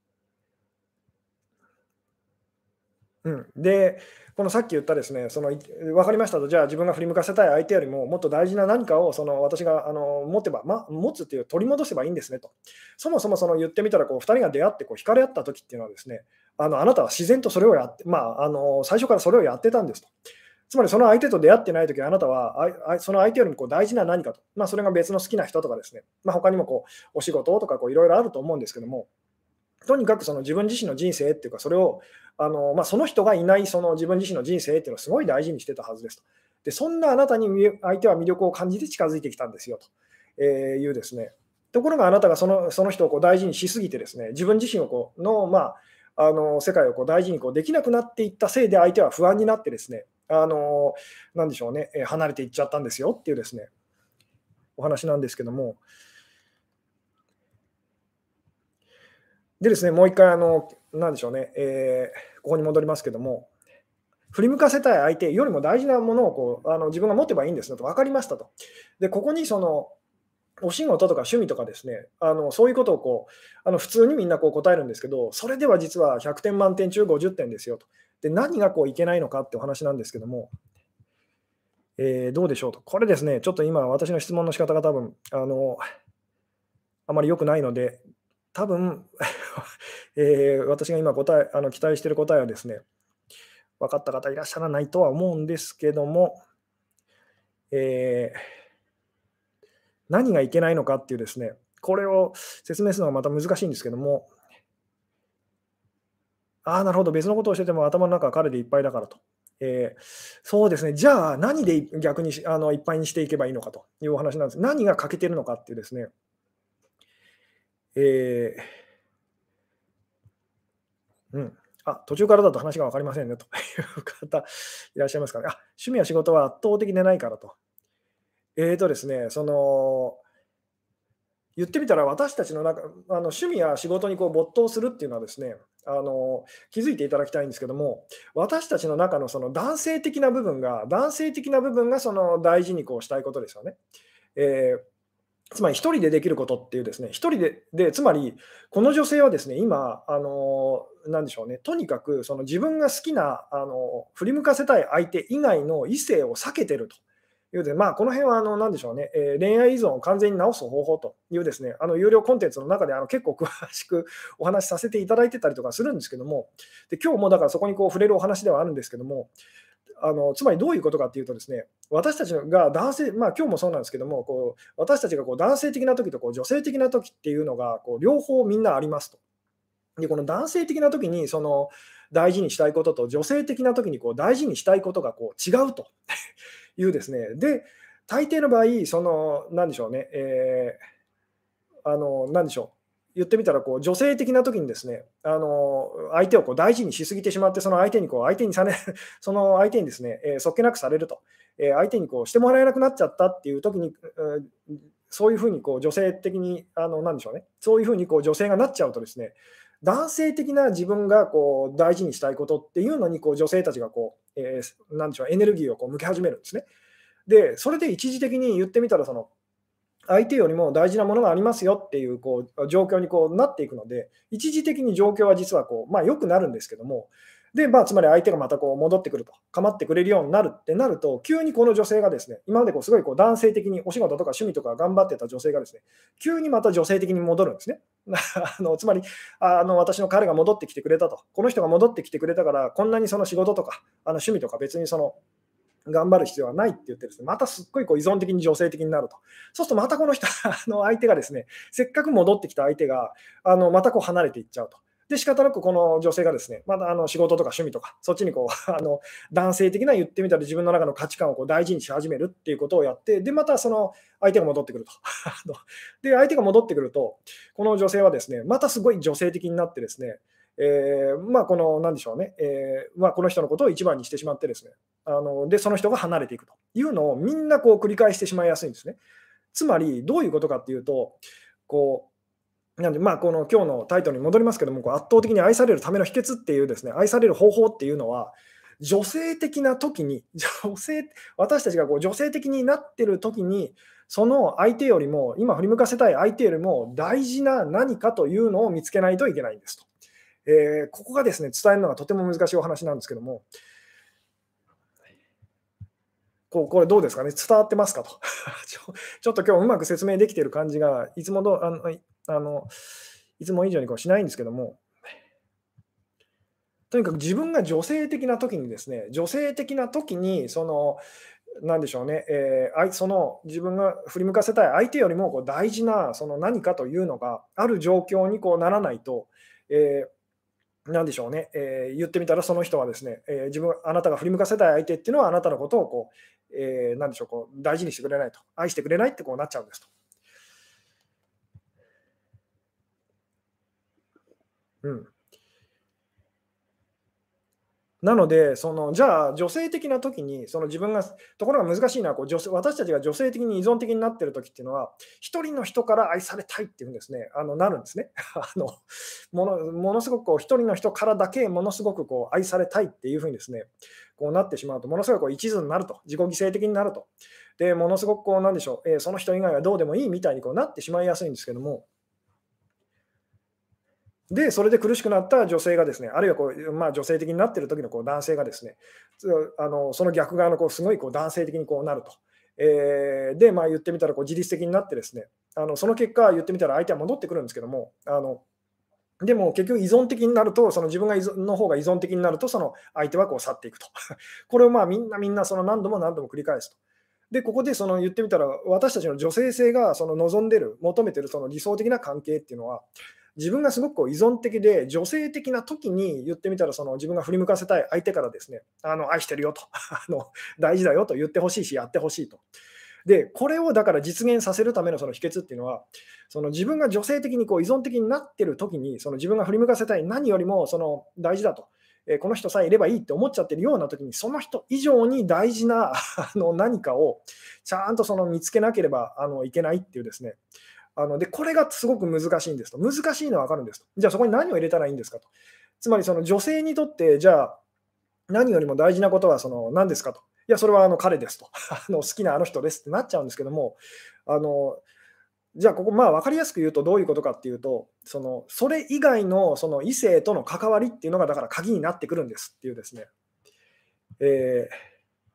A: うん、で、このさっき言ったですね、その、い分かりましたと、じゃあ自分が振り向かせたい相手よりも、もっと大事な何かをその私があの持てば、ま、持つっていう取り戻せばいいんですねと。そもそもその言ってみたらこうふたりが出会ってこう惹かれ合った時っていうのはですね、あのあなたは自然とそれをやって、まあ、あの最初からそれをやってたんですと。つまりその相手と出会ってない時あなたは、あいあいその相手よりもこう大事な何かと、まあ、それが別の好きな人とかですね、まあ、他にもこうお仕事とかこういろいろあると思うんですけども、とにかくその自分自身の人生っていうか、それをあの、まあ、その人がいないその自分自身の人生っていうのをすごい大事にしてたはずですと。で、そんなあなたにみ相手は魅力を感じて近づいてきたんですよと、えーいうですね。ところがあなたがそのその人をこう大事にしすぎてですね、自分自身をこうの、まあ、あの世界をこう大事にこうできなくなっていったせいで、相手は不安になってですね、あのなんでしょうね、えー離れていっちゃったんですよっていうですね、お話なんですけども。でですね、もう一回あの、なんでしょうね、えーここに戻りますけども、振り向かせたい相手よりも大事なものをこうあの自分が持てばいいんですねと、分かりましたと。で、ここにそのお仕事とか趣味とかですね、あのそういうことをこうあの普通にみんなこう答えるんですけど、それでは実はひゃくてん満点中ごじゅってんですよと。で、何がこういけないのかってお話なんですけども、えーどうでしょうと。これですね、ちょっと今私の質問の仕方が多分あのあまり良くないので、多分えー私が今答えあの期待している答えはですね、分かった方いらっしゃらないとは思うんですけども、えー何がいけないのかっていうですね、これを説明するのがまた難しいんですけども、ああ、なるほど、別のことをしてても頭の中は彼でいっぱいだからと。えーそうですね、じゃあ何で逆にしあのいっぱいにしていけばいいのかというお話なんです。何が欠けてるのかっていうですね、えーうん。あ、途中からだと話が分かりませんねという方いらっしゃいますかね。あ、趣味や仕事は圧倒的でないからと。えーとですね、その、言ってみたら私たちの中、あの趣味や仕事にこう没頭するっていうのはですね、あの、気づいていただきたいんですけども、私たちの中のその男性的な部分が男性的な部分がその大事にこうしたいことですよね。えーつまり一人でできることっていうですね、一人でで、つまり、この女性はですね、今、あの、なんでしょうね、とにかくその自分が好きな、あの、振り向かせたい相手以外の異性を避けてるというで、まあ、この辺はあの、なんでしょうね、えー恋愛依存を完全に治す方法というですね、あの、有料コンテンツの中であの、結構詳しくお話しさせていただいてたりとかするんですけども、で、今日もだからそこにこう触れるお話ではあるんですけども、あの、つまりどういうことかっていうとですね、私たちが男性、まあ、今日もそうなんですけども、こう、私たちがこう男性的な時とこう女性的な時っていうのが、こう両方みんなありますと。で、この男性的な時にその大事にしたいことと、女性的な時にこう大事にしたいことがこう違うというですね。で、大抵の場合、その、なんでしょうね、えーあの、なんでしょう、言ってみたらこう女性的な時にですね、あの、相手をこう大事にしすぎてしまって、その相手にこう相手にされその相手にですね、えーそっけなくされると、えー相手にこうしてもらえなくなっちゃったっていう時に、うそういうふうにこう女性的に、あの、なんでしょうね、そういうふうにこう女性がなっちゃうとですね、男性的な自分がこう大事にしたいことっていうのにこう女性たちがこう、えーなんでしょう、エネルギーをこう向け始めるんですね。で、それで一時的に言ってみたらその相手よりも大事なものがありますよっていうこう状況にこうなっていくので、一時的に状況は実はこう、まあ、良くなるんですけども、 で、まあ、つまり相手がまたこう戻ってくると、構ってくれるようになるってなると、急にこの女性がですね、今までこうすごいこう男性的にお仕事とか趣味とか頑張ってた女性がですね、急にまた女性的に戻るんですね。あのつまりあの、私の彼が戻ってきてくれたと、この人が戻ってきてくれたから、こんなにその仕事とかあの趣味とか別にその頑張る必要はないって言ってですね、またすっごいこう依存的に女性的になると。そうするとまたこの人あの相手がですね、せっかく戻ってきた相手があのまたこう離れていっちゃうと。で、仕方なくこの女性がですね、またあの仕事とか趣味とか、そっちにこうあの男性的な言ってみたら自分の中の価値観をこう大事にし始めるっていうことをやって、で、またその相手が戻ってくると。あので、相手が戻ってくると、この女性はですね、またすごい女性的になってですね、えーまあ、この、なんでしょうね、えーまあ、この人のことを一番にしてしまってですね、あので、その人が離れていくというのをみんなこう繰り返してしまいやすいんですね。つまり、どういうことかっていうと、こう、なんで、まあ、この今日のタイトルに戻りますけども、こう圧倒的に愛されるための秘訣っていうですね、愛される方法っていうのは、女性的な時に、女性私たちがこう女性的になってる時に、その相手よりも、今振り向かせたい相手よりも大事な何かというのを見つけないといけないんですと。えーここがですね、伝えるのがとても難しいお話なんですけども、こうこれどうですかね、伝わってますかと。ちょちょっと今日うまく説明できている感じが、いつもどあのいあのいつも以上にこうしないんですけども、とにかく自分が女性的な時にですね、女性的な時にその、なんでしょうね、えーあいその自分が振り向かせたい相手よりもこう大事なその何かというのがある状況にこうならないと、えーなんでしょうね、えー言ってみたらその人はですね、えー自分あなたが振り向かせたい相手っていうのはあなたのことをこう、えーなんでしょう、こう大事にしてくれないと、愛してくれないってこうなっちゃうんですと。うん。なので、その、じゃあ、女性的な時に、その自分がところが難しいのは、こう、女性私たちが女性的に依存的になっている時っていうのは、一人の人から愛されたいっていうふうにですね、あの、なるんですね。あの、ものものすごくこう、一人の人からだけものすごくこう、愛されたいっていうふうにですね、こうなってしまうと、ものすごいこう一途になると、自己犠牲的になると。で、ものすごくこう、なんでしょう、えーその人以外はどうでもいいみたいにこうなってしまいやすいんですけども、で、それで苦しくなった女性がですね、あるいはこう、まあ、女性的になっている時のこう男性がですね、つあの、その逆側のこうすごいこう男性的にこうなると。えーで、まあ、言ってみたらこう自律的になってですね、あの、その結果、言ってみたら相手は戻ってくるんですけども、あの、でも結局依存的になると、その自分が依存の方が依存的になると、その相手はこう去っていくと。これをまあみんなみんなその何度も何度も繰り返すと。で、ここでその言ってみたら、私たちの女性性がその望んでる、求めてるその理想的な関係っていうのは、自分がすごくこう依存的で、女性的な時に言ってみたら、その自分が振り向かせたい相手からですね、あの愛してるよとあの、大事だよと言ってほしいし、やってほしいと。で、これをだから実現させるためのその秘訣っていうのは、その自分が女性的にこう依存的になってる時に、その自分が振り向かせたい何よりもその大事だと。えーこの人さえいればいいって思っちゃってるような時に、その人以上に大事なあの何かをちゃんとその見つけなければあのいけないっていうですね。あので、これがすごく難しいんですと。難しいのは分かるんですと。じゃあそこに何を入れたらいいんですかと。つまりその女性にとって、じゃあ何よりも大事なことはその何ですかと。いや、それはあの彼ですと。あの好きなあの人ですってなっちゃうんですけども、あのじゃあここ、まあ分かりやすく言うとどういうことかっていうと、そのそれ以外のその異性との関わりっていうのがだから鍵になってくるんですっていうですね。えー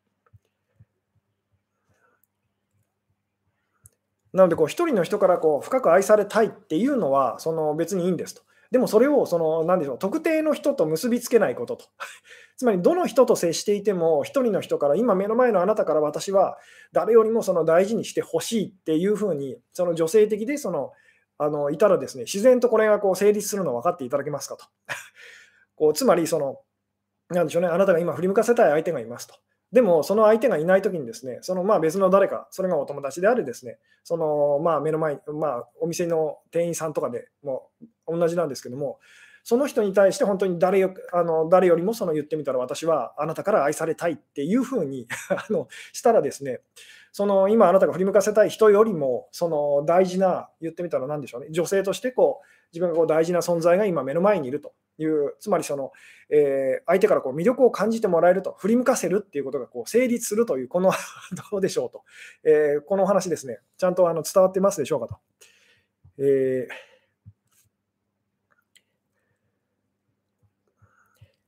A: なのでこう一人の人からこう深く愛されたいっていうのはその別にいいんですと。でもそれをその何でしょう、特定の人と結びつけないことと。つまりどの人と接していても、一人の人から今目の前のあなたから私は誰よりもその大事にしてほしいっていうふうに、その女性的でそのあのいたらですね、自然とこれがこう成立するのを分かっていただけますかと。こうつまりそのなんでしょうね、あなたが今振り向かせたい相手がいますと。でも、その相手がいないときにですね、そのまあ別の誰か、それがお友達であるですね、そのまあ目の前に、まあ、お店の店員さんとかでも同じなんですけども、その人に対して本当に誰よあの誰よりもその言ってみたら、私はあなたから愛されたいっていうふうにあのしたらですね、その今あなたが振り向かせたい人よりも、その大事な、言ってみたら何でしょうね、女性としてこう自分がこう大事な存在が今目の前にいるという、つまりそのえー相手からこう魅力を感じてもらえると、振り向かせるっていうことがこう成立するという、このどうでしょうと、えーこのお話ですね、ちゃんとあの伝わってますでしょうかと。えー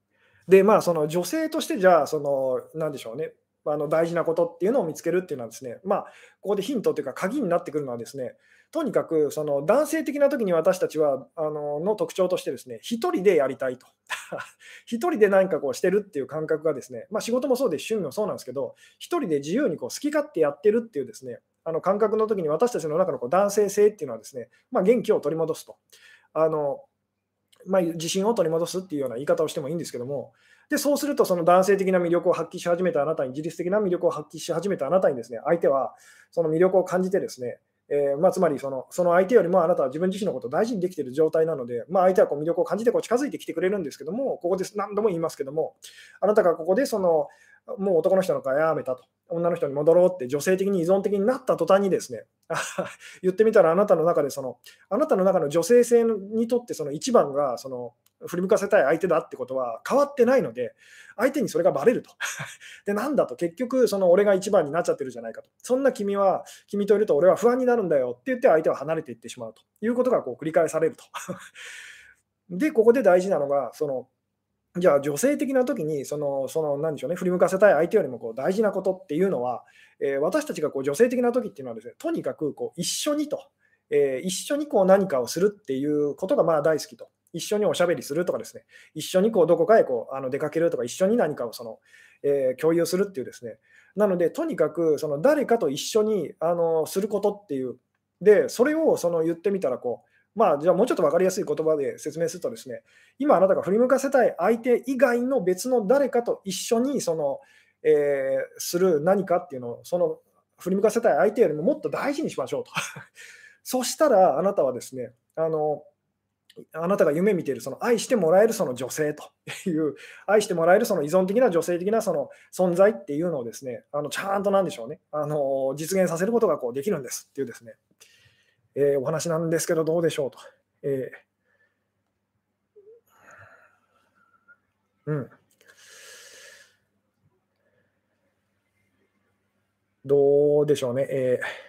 A: で、まあ、その女性としてじゃあ、その、なんでしょうね、あの、大事なことっていうのを見つけるっていうのはですね、まあ、ここでヒントというか鍵になってくるのはですね、とにかくその男性的な時に私たちは、あの、の特徴としてですね、一人でやりたいと。一人で何かこうしてるっていう感覚がですね、まあ、仕事もそうですし、趣味もそうなんですけど、一人で自由にこう好き勝手やってるっていうですね、あの感覚の時に私たちの中のこう男性性っていうのはですね、まあ、元気を取り戻すと。あのまあ、自信を取り戻すっていうような言い方をしてもいいんですけども、で、そうするとその男性的な魅力を発揮し始めたあなたに、自律的な魅力を発揮し始めたあなたにですね、相手はその魅力を感じてですね、えーまあ、つまりそのその相手よりもあなたは自分自身のことを大事にできている状態なので、まあ、相手はこう魅力を感じてこう近づいてきてくれるんですけども、ここで何度も言いますけども、あなたがここでそのもう男の人の会やめたと、女の人に戻ろうって女性的に依存的になった途端にですね、言ってみたらあなたの中でそのあなたの中の女性性にとってその一番がその振り向かせたい相手だってことは変わってないので、相手にそれがバレると。で、なんだと、結局、その俺が一番になっちゃってるじゃないかと。そんな君は、君といると俺は不安になるんだよって言って相手は離れていってしまうということがこう繰り返されると。で、ここで大事なのが、その、じゃあ女性的な時に、その、その、なんでしょうね、振り向かせたい相手よりもこう大事なことっていうのは、えー私たちがこう女性的な時っていうのはですね、とにかくこう一緒にと、えー一緒にこう何かをするっていうことがまあ大好きと。一緒におしゃべりするとかですね、一緒にこうどこかへこうあの出かけるとか、一緒に何かをその、えー共有するっていうですね。なので、とにかくその誰かと一緒にあのすることっていう、で、それをその言ってみたらこう、まあ、じゃあもうちょっと分かりやすい言葉で説明するとですね、今あなたが振り向かせたい相手以外の別の誰かと一緒にその、えーする何かっていうのを、その振り向かせたい相手よりももっと大事にしましょうと。そしたらあなたはですね、あの、あなたが夢見ているその愛してもらえるその女性という、愛してもらえるその依存的な女性的なその存在っていうのをですね、あのちゃんとなんでしょうね、あの実現させることがこうできるんですっていうですね、えーお話なんですけど、どうでしょうと。えーうん、どうでしょうね。えー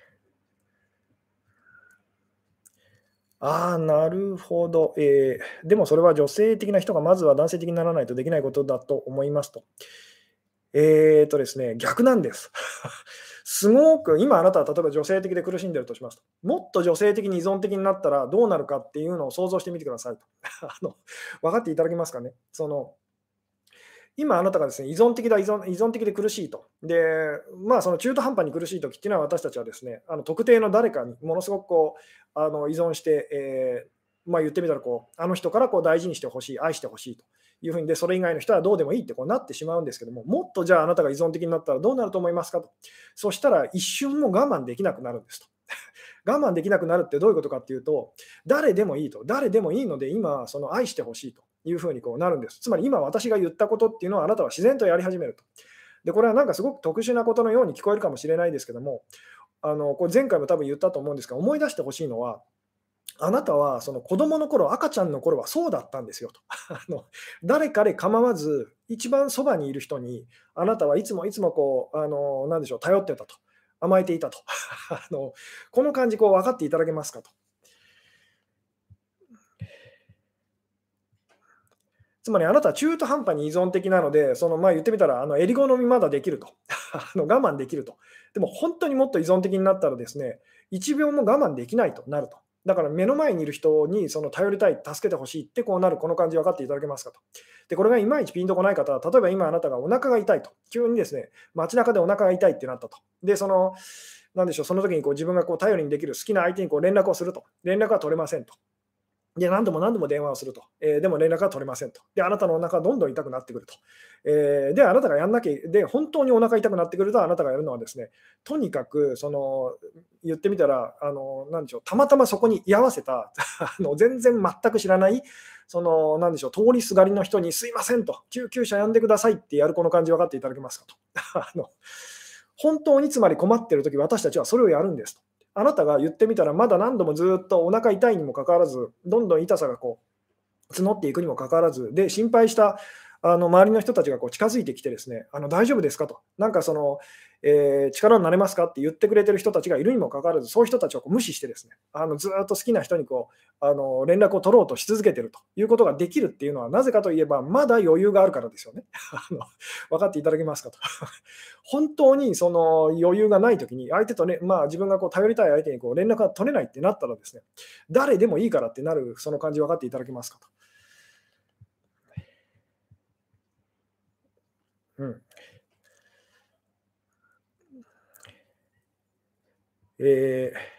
A: ああ、なるほど。えーでもそれは女性的な人がまずは男性的にならないとできないことだと思いますと。えーとですね、逆なんです。すごく、今あなたは例えば女性的で苦しんでるとしますと。もっと女性的に依存的になったらどうなるかっていうのを想像してみてくださいと。あの、分かっていただけますかね。その今あなたがですね、依存的だ、依存依存的で苦しいと。で、まあ、その中途半端に苦しい時っていうのは、私たちはですね、あの特定の誰かにものすごくこう、あの依存して、えーまあ、言ってみたらこう、あの人からこう大事にしてほしい、愛してほしいというふうにで、それ以外の人はどうでもいいってこうなってしまうんですけども、もっとじゃああなたが依存的になったらどうなると思いますかと。そしたら一瞬も我慢できなくなるんですと。我慢できなくなるってどういうことかっていうと、誰でもいいと、誰でもいいので、今、その愛してほしいというふうにこうなるんです。つまり今、私が言ったことっていうのは、あなたは自然とやり始めると。で、これはなんかすごく特殊なことのように聞こえるかもしれないですけども、あのこれ前回も多分言ったと思うんですが、思い出してほしいのは、あなたはその子供の頃、赤ちゃんの頃はそうだったんですよと。あの誰彼構わず、一番そばにいる人に、あなたはいつもいつもこう、あのなんでしょう、頼ってたと。甘えていたと。あのこの感じ、こう分かっていただけますかと。つまりあなたは中途半端に依存的なので、そのまあ言ってみたら、あの襟好みまだできると。あの我慢できると。でも本当にもっと依存的になったらですね、いちびょうも我慢できないとなると。だから目の前にいる人にその頼りたい、助けてほしいってこうなる、この感じ分かっていただけますかと。で、これがいまいちピンとこない方は、例えば今あなたがお腹が痛いと、急にですね、街中でお腹が痛いってなったと。で、その、なんでしょう、その時にこう自分がこう頼りにできる好きな相手にこう連絡をすると。連絡は取れませんと。で、何度も何度も電話をすると。えーでも連絡は取れませんと。で、あなたのお腹はどんどん痛くなってくると。えーで、あなたがやんなきゃ、で、本当にお腹痛くなってくると、あなたがやるのはですね、とにかく、その、言ってみたら、あの、なんでしょう、たまたまそこに居合わせた、あの、全然全く知らない、その、なんでしょう、通りすがりの人に、すいませんと、救急車呼んでくださいってやるこの感じ分かっていただけますかと。あの本当につまり困っているとき、私たちはそれをやるんですと。あなたが言ってみたら、まだ何度もずっとお腹痛いにもかかわらず、どんどん痛さがこう募っていくにもかかわらず、で、心配したあの周りの人たちがこう近づいてきてですね、あの大丈夫ですかと。なんかその、 えー力になれますかって言ってくれてる人たちがいるにもかかわらず、そういう人たちをこう無視してですね、あのずーっと好きな人にこうあの連絡を取ろうとし続けているということができるっていうのは、なぜかといえば、まだ余裕があるからですよね。あの分かっていただけますかと。本当にその余裕がないときに、相手とね、まあ、自分がこう頼りたい相手にこう連絡が取れないってなったらですね、誰でもいいからってなる、その感じ分かっていただけますかと。うん。えー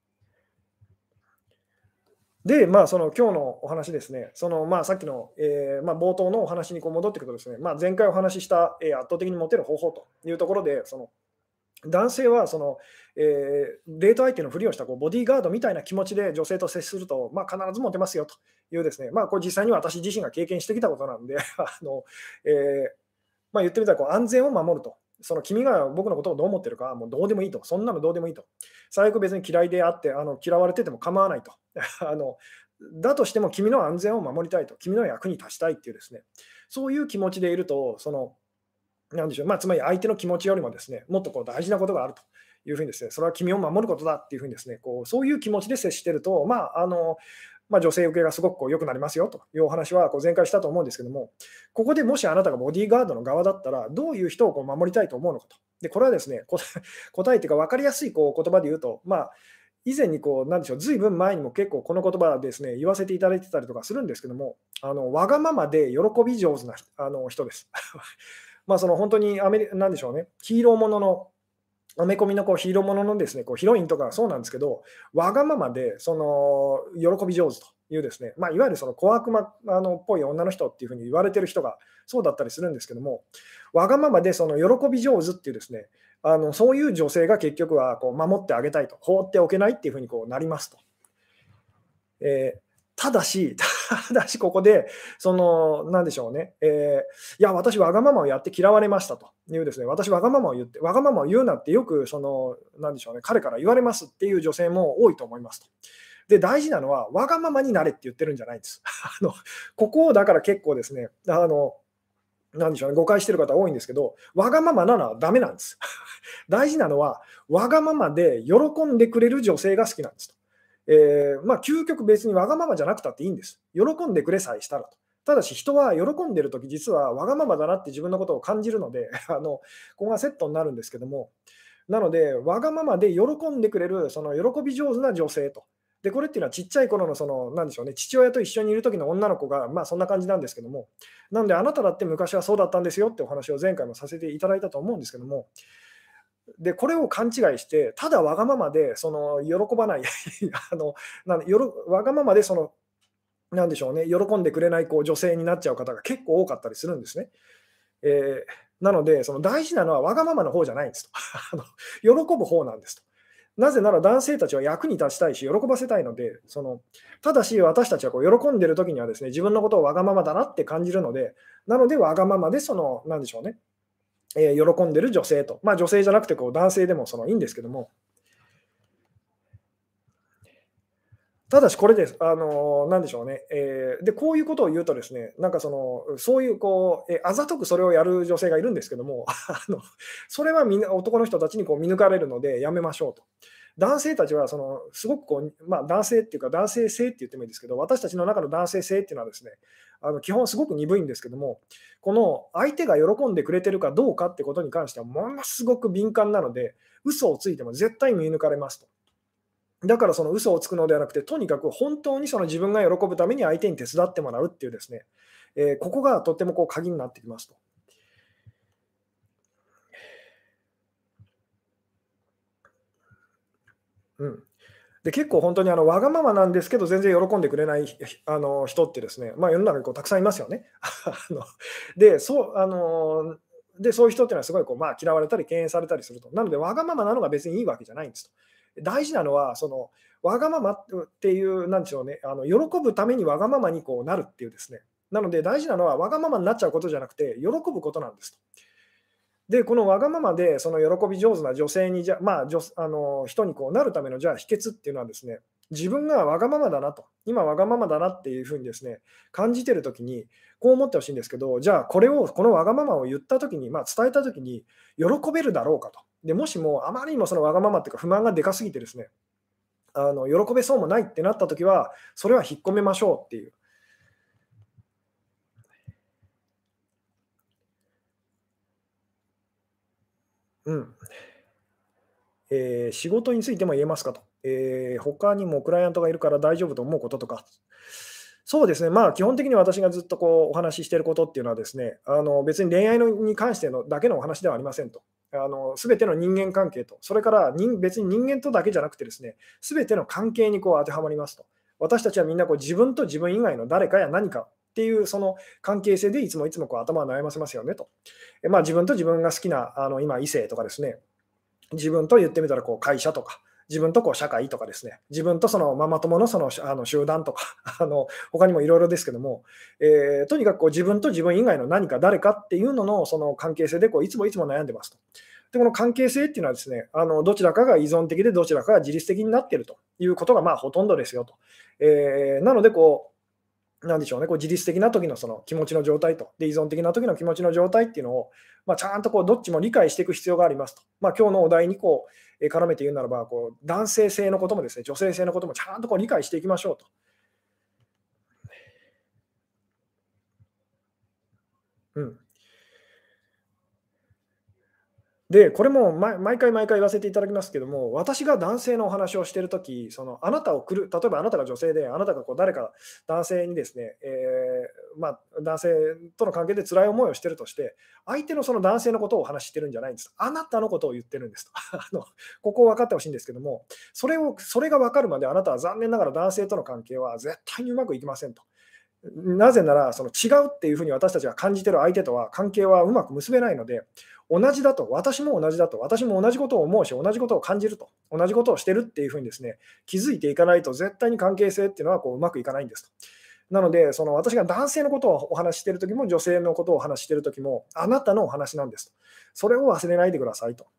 A: で、まあ、その今日のお話ですね、その、まあ、さっきの、えーまあ、冒頭のお話にこう戻っていくとですね、まあ、前回お話しした、えー圧倒的にモテる方法というところで、その男性はその、えーデート相手のふりをしたこうボディーガードみたいな気持ちで女性と接すると、まあ、必ずモテますよというですね、まあ、これ実際に私自身が経験してきたことなんで、あのえーまあ、言ってみたらこう安全を守ると。その君が僕のことをどう思ってるか、もうどうでもいいと。そんなのどうでもいいと。最悪別に嫌いであって、あの嫌われてても構わないと。あのだとしても君の安全を守りたいと。君の役に立ちたいっていうですね、そういう気持ちでいると、そのなんでしょう、まあ、つまり相手の気持ちよりもですね、もっとこう大事なことがあるというふうにですね、それは君を守ることだっていうふうにですね、こうそういう気持ちで接していると、まああのまあ、女性受けがすごくこう良くなりますよというお話はこう前回したと思うんですけども、ここでもしあなたがボディーガードの側だったら、どういう人をこう守りたいと思うのかと。で、これはですね、こ答えというか分かりやすいこう言葉で言うと、まあ、以前にこう、なんでしょう、ずいぶん前にも結構この言葉ですね、言わせていただいてたりとかするんですけども、あのわがままで喜び上手なあの人です。まあ、その本当にアメリなんでしょうね、ヒーローものの、アメコミのこうヒーローもののですね、こうヒロインとかそうなんですけど、わがままでその喜び上手というですね、まあ、いわゆるその小悪魔あのっぽい女の人っていう風に言われてる人がそうだったりするんですけども、わがままでその喜び上手っていうですね、あのそういう女性が結局はこう守ってあげたいと、放っておけないっていう風にこうなりますと。えーただし、ただしここで、その、なんでしょうね、えーいや、私わがままをやって嫌われましたというですね、私わがままを言って、わがままを言うなってよく、その、なんでしょうね、彼から言われますっていう女性も多いと思いますと。で、大事なのは、わがままになれって言ってるんじゃないんです。あの、ここをだから結構ですね、あの、なんでしょうね、誤解してる方多いんですけど、わがままなのはダメなんです。大事なのは、わがままで喜んでくれる女性が好きなんですと。えーまあ、究極別にわがままじゃなくたっていいんです。喜んでくれさえしたらと。ただし人は喜んでるとき、実はわがままだなって自分のことを感じるので、あのここがセットになるんですけども、なので、わがままで喜んでくれる、その喜び上手な女性と。で、これっていうのはちっちゃい頃のその、なんでしょうね、父親と一緒にいる時の女の子が、まあそんな感じなんですけども、なので、あなただって昔はそうだったんですよってお話を前回もさせていただいたと思うんですけども、で、これを勘違いして、ただわがままでその喜ばないあの、なんよろわがままでその、なんでしょうね、喜んでくれないこう女性になっちゃう方が結構多かったりするんですね。えーなので、その大事なのはわがままの方じゃないんですと。あの喜ぶ方なんですと。なぜなら男性たちは役に立ちたいし、喜ばせたいので、そのただし私たちはこう喜んでる時にはですね、自分のことをわがままだなって感じるので、なのでわがままでその、なんでしょうね、えー喜んでる女性と、まあ、女性じゃなくてこう男性でもそのいいんですけども、ただしこれです。あの、なんでしょうね。えーで、こういうことを言うとですね、なんかその、そういうこう、え、あざとくそれをやる女性がいるんですけども、あの、それはみんな男の人たちにこう見抜かれるのでやめましょうと。男性たちはその、すごくこう、まあ、男性っていうか、男性性って言ってもいいですけど、私たちの中の男性性っていうのはですね、あの、基本すごく鈍いんですけども、この相手が喜んでくれてるかどうかってことに関してはものすごく敏感なので、嘘をついても絶対見抜かれますと。だからその嘘をつくのではなくて、とにかく本当にその自分が喜ぶために相手に手伝ってもらうっていうですね、えーここがとってもこう鍵になってきますと。うん。で、結構本当にあのわがままなんですけど、全然喜んでくれないあの人ってですね、まあ、世の中にこうたくさんいますよね。あので、そうあので、そういう人っていうのはすごいこう、まあ、嫌われたり敬遠されたりすると。なので、わがままなのが別にいいわけじゃないんですと。大事なのは、そのわがままっていう、なんでしょうね、あの喜ぶためにわがままにこうなるっていうですね。なので大事なのはわがままになっちゃうことじゃなくて、喜ぶことなんですと。で、このわがままでその喜び上手な女性にじゃまあ、じょあの人にこうなるためのじゃあ秘訣っていうのはですね、 自分がわがままだなと、今わがままだなっていうふうにですね、感じてるときに、こう思ってほしいんですけど、じゃあこれを、このわがままを言ったときに、まあ、伝えたときに、喜べるだろうかと。で、もしもあまりにもそのわがままっていうか不満がでかすぎてですね、あの喜べそうもないってなったときは、それは引っ込めましょうっていう。うん。えー仕事についても言えますかと。えー他にもクライアントがいるから大丈夫と思うこととか。そうですね、まあ、基本的に私がずっとこうお話ししていることっていうのはですね、あの別に恋愛のに関してのだけのお話ではありませんと。あの全ての人間関係と、それから人別に人間とだけじゃなくてですね、全ての関係にこう当てはまりますと。私たちはみんなこう自分と自分以外の誰かや何かっていうその関係性でいつもいつもこう頭を悩ませますよねと。えまあ、自分と自分が好きなあの今異性とかですね、自分と言ってみたらこう会社とか、自分とこう社会とかですね、自分とそのママ友のそのあの集団とか、あの他にもいろいろですけども、えーとにかくこう自分と自分以外の何か誰かっていうののその関係性でこういつもいつも悩んでますと。で、この関係性っていうのはですね、あのどちらかが依存的でどちらかが自律的になっているということがまあほとんどですよと。えーなのでこうなんでしょうね、こう自律的な時のその気持ちの状態と、で依存的な時の気持ちの状態っていうのを、まあ、ちゃんとこうどっちも理解していく必要がありますと。まあ、今日のお題にこう、えー絡めて言うならば、こう男性性のこともですね、女性性のこともちゃんとこう理解していきましょうと。うん。で、これも毎毎回毎回言わせていただきますけども、私が男性のお話をしているとき、そのあなたをくる例えばあなたが女性で、あなたがこう誰か男性にですね、えーまあ、男性との関係で辛い思いをしているとして、相手のその男性のことをお話ししてるんじゃないんです。あなたのことを言ってるんですと。あのここを分かってほしいんですけども、それをそれが分かるまであなたは残念ながら男性との関係は絶対にうまくいきませんと。なぜなら、その違うっていうふうに私たちが感じている相手とは関係はうまく結べないので、同じだと、私も同じだと、私も同じことを思うし、同じことを感じると、同じことをしてるっていうふうにですね、気づいていかないと絶対に関係性っていうのはこううまくいかないんですと。なので、その私が男性のことをお話ししているときも、女性のことをお話ししているときも、あなたのお話なんですと。それを忘れないでくださいと。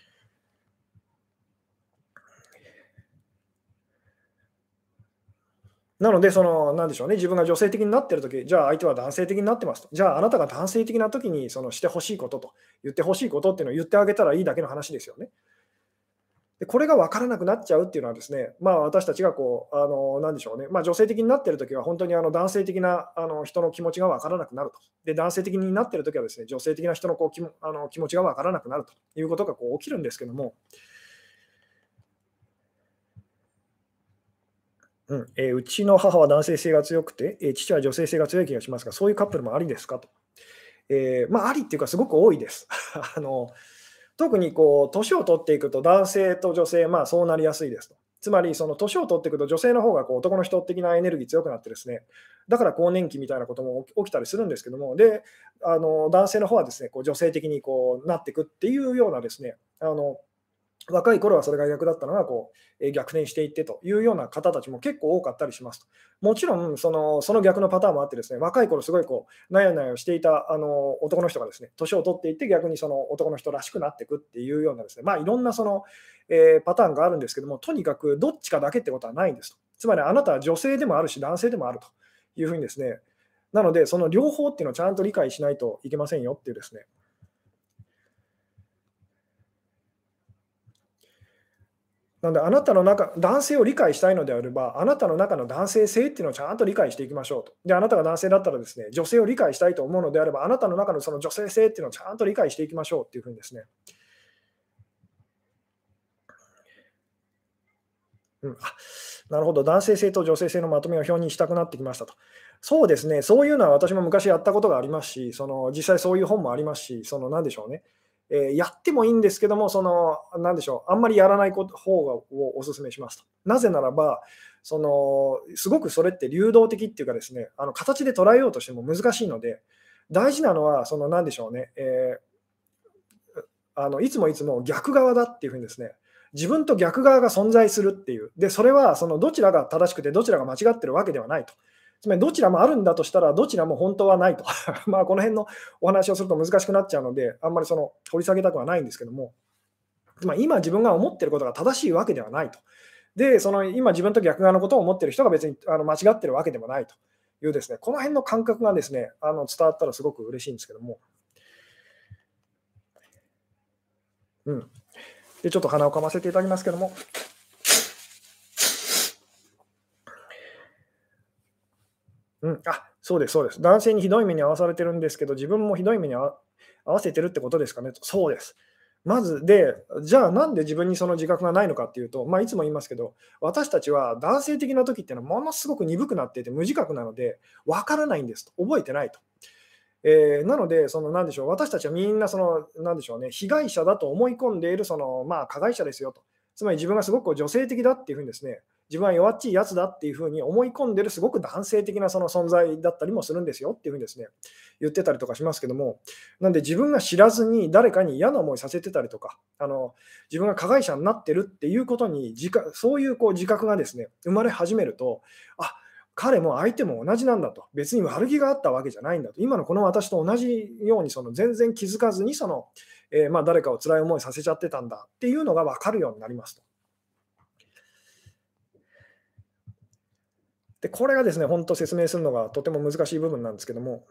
A: なので、その、なんでしょうね、自分が女性的になっているとき、じゃあ相手は男性的になってますと。じゃああなたが男性的なときに、そのしてほしいことと、言ってほしいことっていうのを言ってあげたらいいだけの話ですよね。で、これが分からなくなっちゃうっていうのはですね、まあ、私たちがこう、あの、なんでしょうね、まあ、女性的になっているときは、本当にあの男性的なあの人の気持ちが分からなくなると。で、男性的になっているときはですね、女性的な人のこうきもあの気持ちが分からなくなるということがこう起きるんですけども、うん、えーうちの母は男性性が強くて、えー父は女性性が強い気がしますが、そういうカップルもありですかと。えーまあ、ありっていうか、すごく多いです。あの特にこう年を取っていくと、男性と女性、まあ、そうなりやすいですと。つまり、その年を取っていくと、女性の方がこう男の人的なエネルギー強くなってですね、だから更年期みたいなことも起き起きたりするんですけども、で、あの男性の方はですね、こう女性的にこうなっていくっていうようなですね、あの若い頃はそれが逆だったのが、こう、え、逆転していってというような方たちも結構多かったりしますと。もちろん、そのその逆のパターンもあってですね、若い頃すごいこう、なよなよしていたあの男の人がですね、年を取っていって、逆にその男の人らしくなっていくっていうようなですね、まあ、いろんなその、えーパターンがあるんですけども、とにかくどっちかだけってことはないんですと。つまりあなたは女性でもあるし、男性でもあるというふうにですね、なので、その両方っていうのをちゃんと理解しないといけませんよっていうですね。なんで、あなたの中男性を理解したいのであれば、あなたの中の男性性っていうのをちゃんと理解していきましょうと。で、あなたが男性だったらですね、女性を理解したいと思うのであれば、あなたの中のその女性性っていうのをちゃんと理解していきましょうっていうふうにですね。うん、あ、なるほど、男性性と女性性のまとめを表にしたくなってきましたと。そうですね、そういうのは私も昔やったことがありますし、その実際そういう本もありますし、そのなんでしょうね、えーやってもいいんですけども、そのなんでしょう、あんまりやらないこと方がをお勧めしますと。なぜならば、そのすごくそれって流動的っていうかですね、あの形で捉えようとしても難しいので、大事なのはそのなんでしょうね、えーあのいつもいつも逆側だっていうふうにですね、自分と逆側が存在するっていう。で、それはそのどちらが正しくてどちらが間違ってるわけではないと。つまりどちらもあるんだとしたら、どちらも本当はないと。まあ、この辺のお話をすると難しくなっちゃうので、あんまりその掘り下げたくはないんですけども、つまり今自分が思っていることが正しいわけではないと。 で、その今自分と逆側のことを思っている人が別にあの間違ってるわけでもないというですね、この辺の感覚がですね、あの伝わったらすごく嬉しいんですけども、うん。で、ちょっと鼻をかませていただきますけども、うん、あ、そうですそうです。男性にひどい目に遭わされてるんですけど、自分もひどい目にあわ合わせてるってことですかねと。そうです。まず、で、じゃあなんで自分にその自覚がないのかっていうと、まあ、いつも言いますけど、私たちは男性的な時っていうのはものすごく鈍くなっていて無自覚なので、わからないんですと、覚えてないと。えーなので、そのなんでしょう、私たちはみんなその、なんでしょうね、被害者だと思い込んでいるその、まあ、加害者ですよと。つまり自分がすごくこう女性的だっていうふうにですね、自分は弱っちいやつだっていうふうに思い込んでるすごく男性的なその存在だったりもするんですよっていうふうにですね、言ってたりとかしますけども、なんで自分が知らずに誰かに嫌な思いさせてたりとか、あの自分が加害者になってるっていうことに自覚、そういうこう自覚がですね、生まれ始めると、あ、彼も相手も同じなんだと、別に悪気があったわけじゃないんだと、今のこの私と同じようにその全然気づかずにその、えーまあ、誰かを辛い思いさせちゃってたんだっていうのが分かるようになりますと。で、これがですね、本当説明するのがとても難しい部分なんですけども、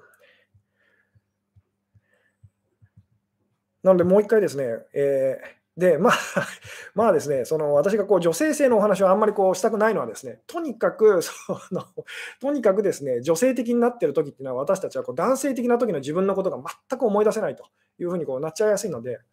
A: なのでもう一回ですね、えーで、まあまあですね、その私がこう女性性のお話をあんまりこうしたくないのはですね、とにかくそのとにかくですね、女性的になっている時っていうのは、私たちはこう男性的な時の自分のことが全く思い出せないというふうにこうなっちゃいやすいので、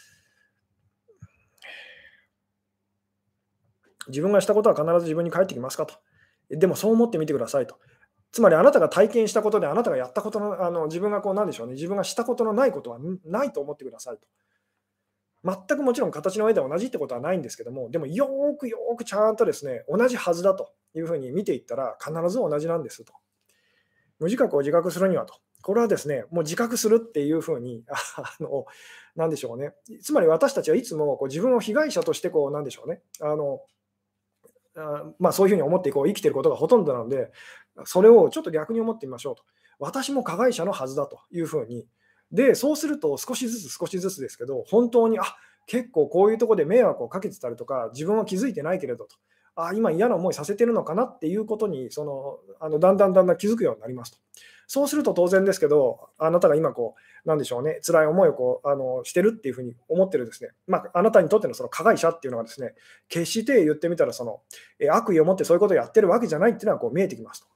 A: 自分がしたことは必ず自分に返ってきますかと。でもそう思ってみてくださいと。つまりあなたが体験したことで、あなたがやったことの、あの自分がこうなんでしょうね、自分がしたことのないことはんないと思ってくださいと。全くもちろん形の上で同じってことはないんですけども、でもよーくよーくちゃんとですね、同じはずだというふうに見ていったら、必ず同じなんですと。無自覚を自覚するにはと。これはですね、もう自覚するっていうふうに、あの、なんでしょうね。つまり私たちはいつもこう自分を被害者としてこう、なんでしょうね。あの、あまあ、そういうふうに思ってこう生きていることがほとんどなので、それをちょっと逆に思ってみましょうと。私も加害者のはずだというふうに。で、そうすると少しずつ少しずつですけど、本当に、あ、結構こういうところで迷惑をかけてたりとか、自分は気づいてないけれどと。あ、今嫌な思いさせてるのかなっていうことに、その、あの、だんだんだんだん気づくようになりますと。そうすると当然ですけど、あなたが今こう、なんでしょうね、辛い思いをこう、あの、してるっていうふうに思ってるですね、まあ、あなたにとってのその加害者っていうのはですね、決して言ってみたらその、え、悪意を持ってそういうことをやってるわけじゃないっていうのはこう見えてきますと。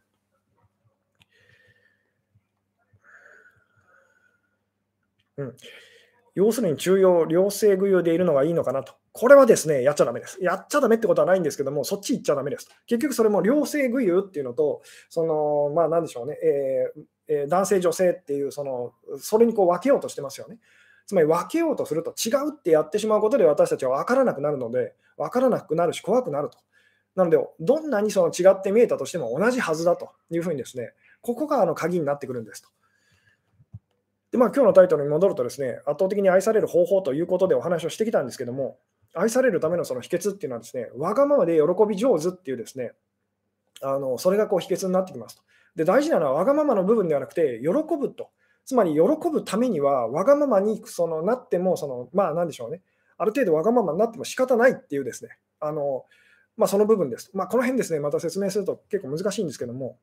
A: うん。要するに中庸、両性具有でいるのがいいのかなと。これはですね、やっちゃダメです。やっちゃダメってことはないんですけども、そっち行っちゃダメですと。結局それも両性具有っていうのと、その、まあ、なんでしょうね、えーえー男性、女性っていう、その、それにこう分けようとしてますよね。つまり分けようとすると違うってやってしまうことで私たちは分からなくなるので、分からなくなるし怖くなると。なので、どんなにその違って見えたとしても同じはずだというふうにですね、ここがあの鍵になってくるんですと。で、まあ、今日のタイトルに戻るとですね、圧倒的に愛される方法ということでお話をしてきたんですけども、愛されるためのその秘訣っていうのはですね、わがままで喜び上手っていうですね、あの、それがこう秘訣になってきますと。で、大事なのはわがままの部分ではなくて、喜ぶと。つまり喜ぶためには、わがままにそのなっても、その、まあ、なんでしょうね、ある程度わがままになっても仕方ないっていうですね、あの、まあ、その部分です。まあ、この辺ですね、また説明すると結構難しいんですけども、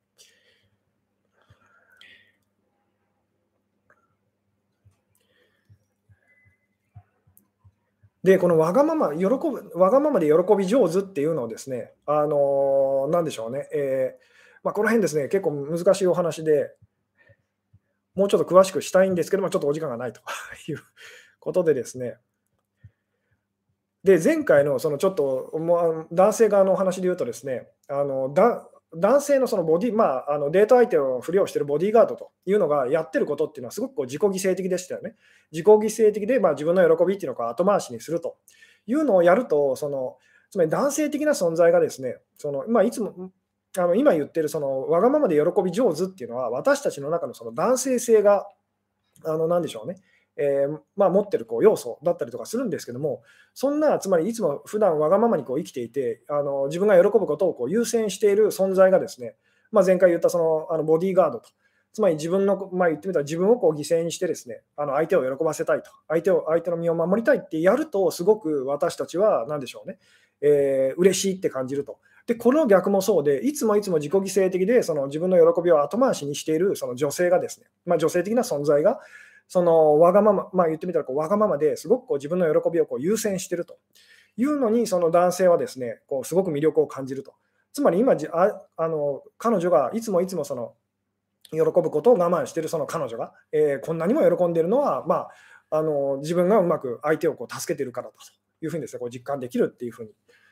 A: で、このわがまま、喜ぶわがままで喜び上手っていうのをですね、あの、なんでしょうね、えーまあ、この辺ですね、結構難しいお話で、もうちょっと詳しくしたいんですけども、ちょっとお時間がないということでですね、で、前回のそのちょっと、もう、あの、男性側のお話で言うとですね、あの、だ男性のそのボディまあ、あの、デート相手をふりをしているボディーガードというのがやってることっていうのはすごくこう自己犠牲的でしたよね。自己犠牲的で、まあ、自分の喜びっていうのをこう後回しにするというのをやると、その、つまり男性的な存在がですね、その、まあ、いつも、あの、今言ってるそのわがままで喜び上手っていうのは、私たちの中のその男性性があの、なんでしょうね、えーまあ、持ってるこう要素だったりとかするんですけども、そんな、つまりいつも普段わがままにこう生きていて、あの自分が喜ぶことをこう優先している存在がですね、まあ、前回言ったそのあのボディーガードと、 つまり自分の、まあ、言ってみたら自分をこう犠牲にしてですね、あの相手を喜ばせたいと、相手を相手の身を守りたいってやると、すごく私たちは何でしょうね、えー、嬉しいって感じると。で、この逆もそうで、いつもいつも自己犠牲的で、その自分の喜びを後回しにしているその女性がですね、まあ、女性的な存在が、そのわがまま、まあ、言ってみたらこうわがままですごくこう自分の喜びをこう優先しているというのに、その男性はですね、こうすごく魅力を感じると。つまり今じああの、彼女がいつもいつもその喜ぶことを我慢しているその彼女が、えーこんなにも喜んでいるのは、まあ、あの自分がうまく相手をこう助けているからだというふうにですね、こう実感できるっていうふうに。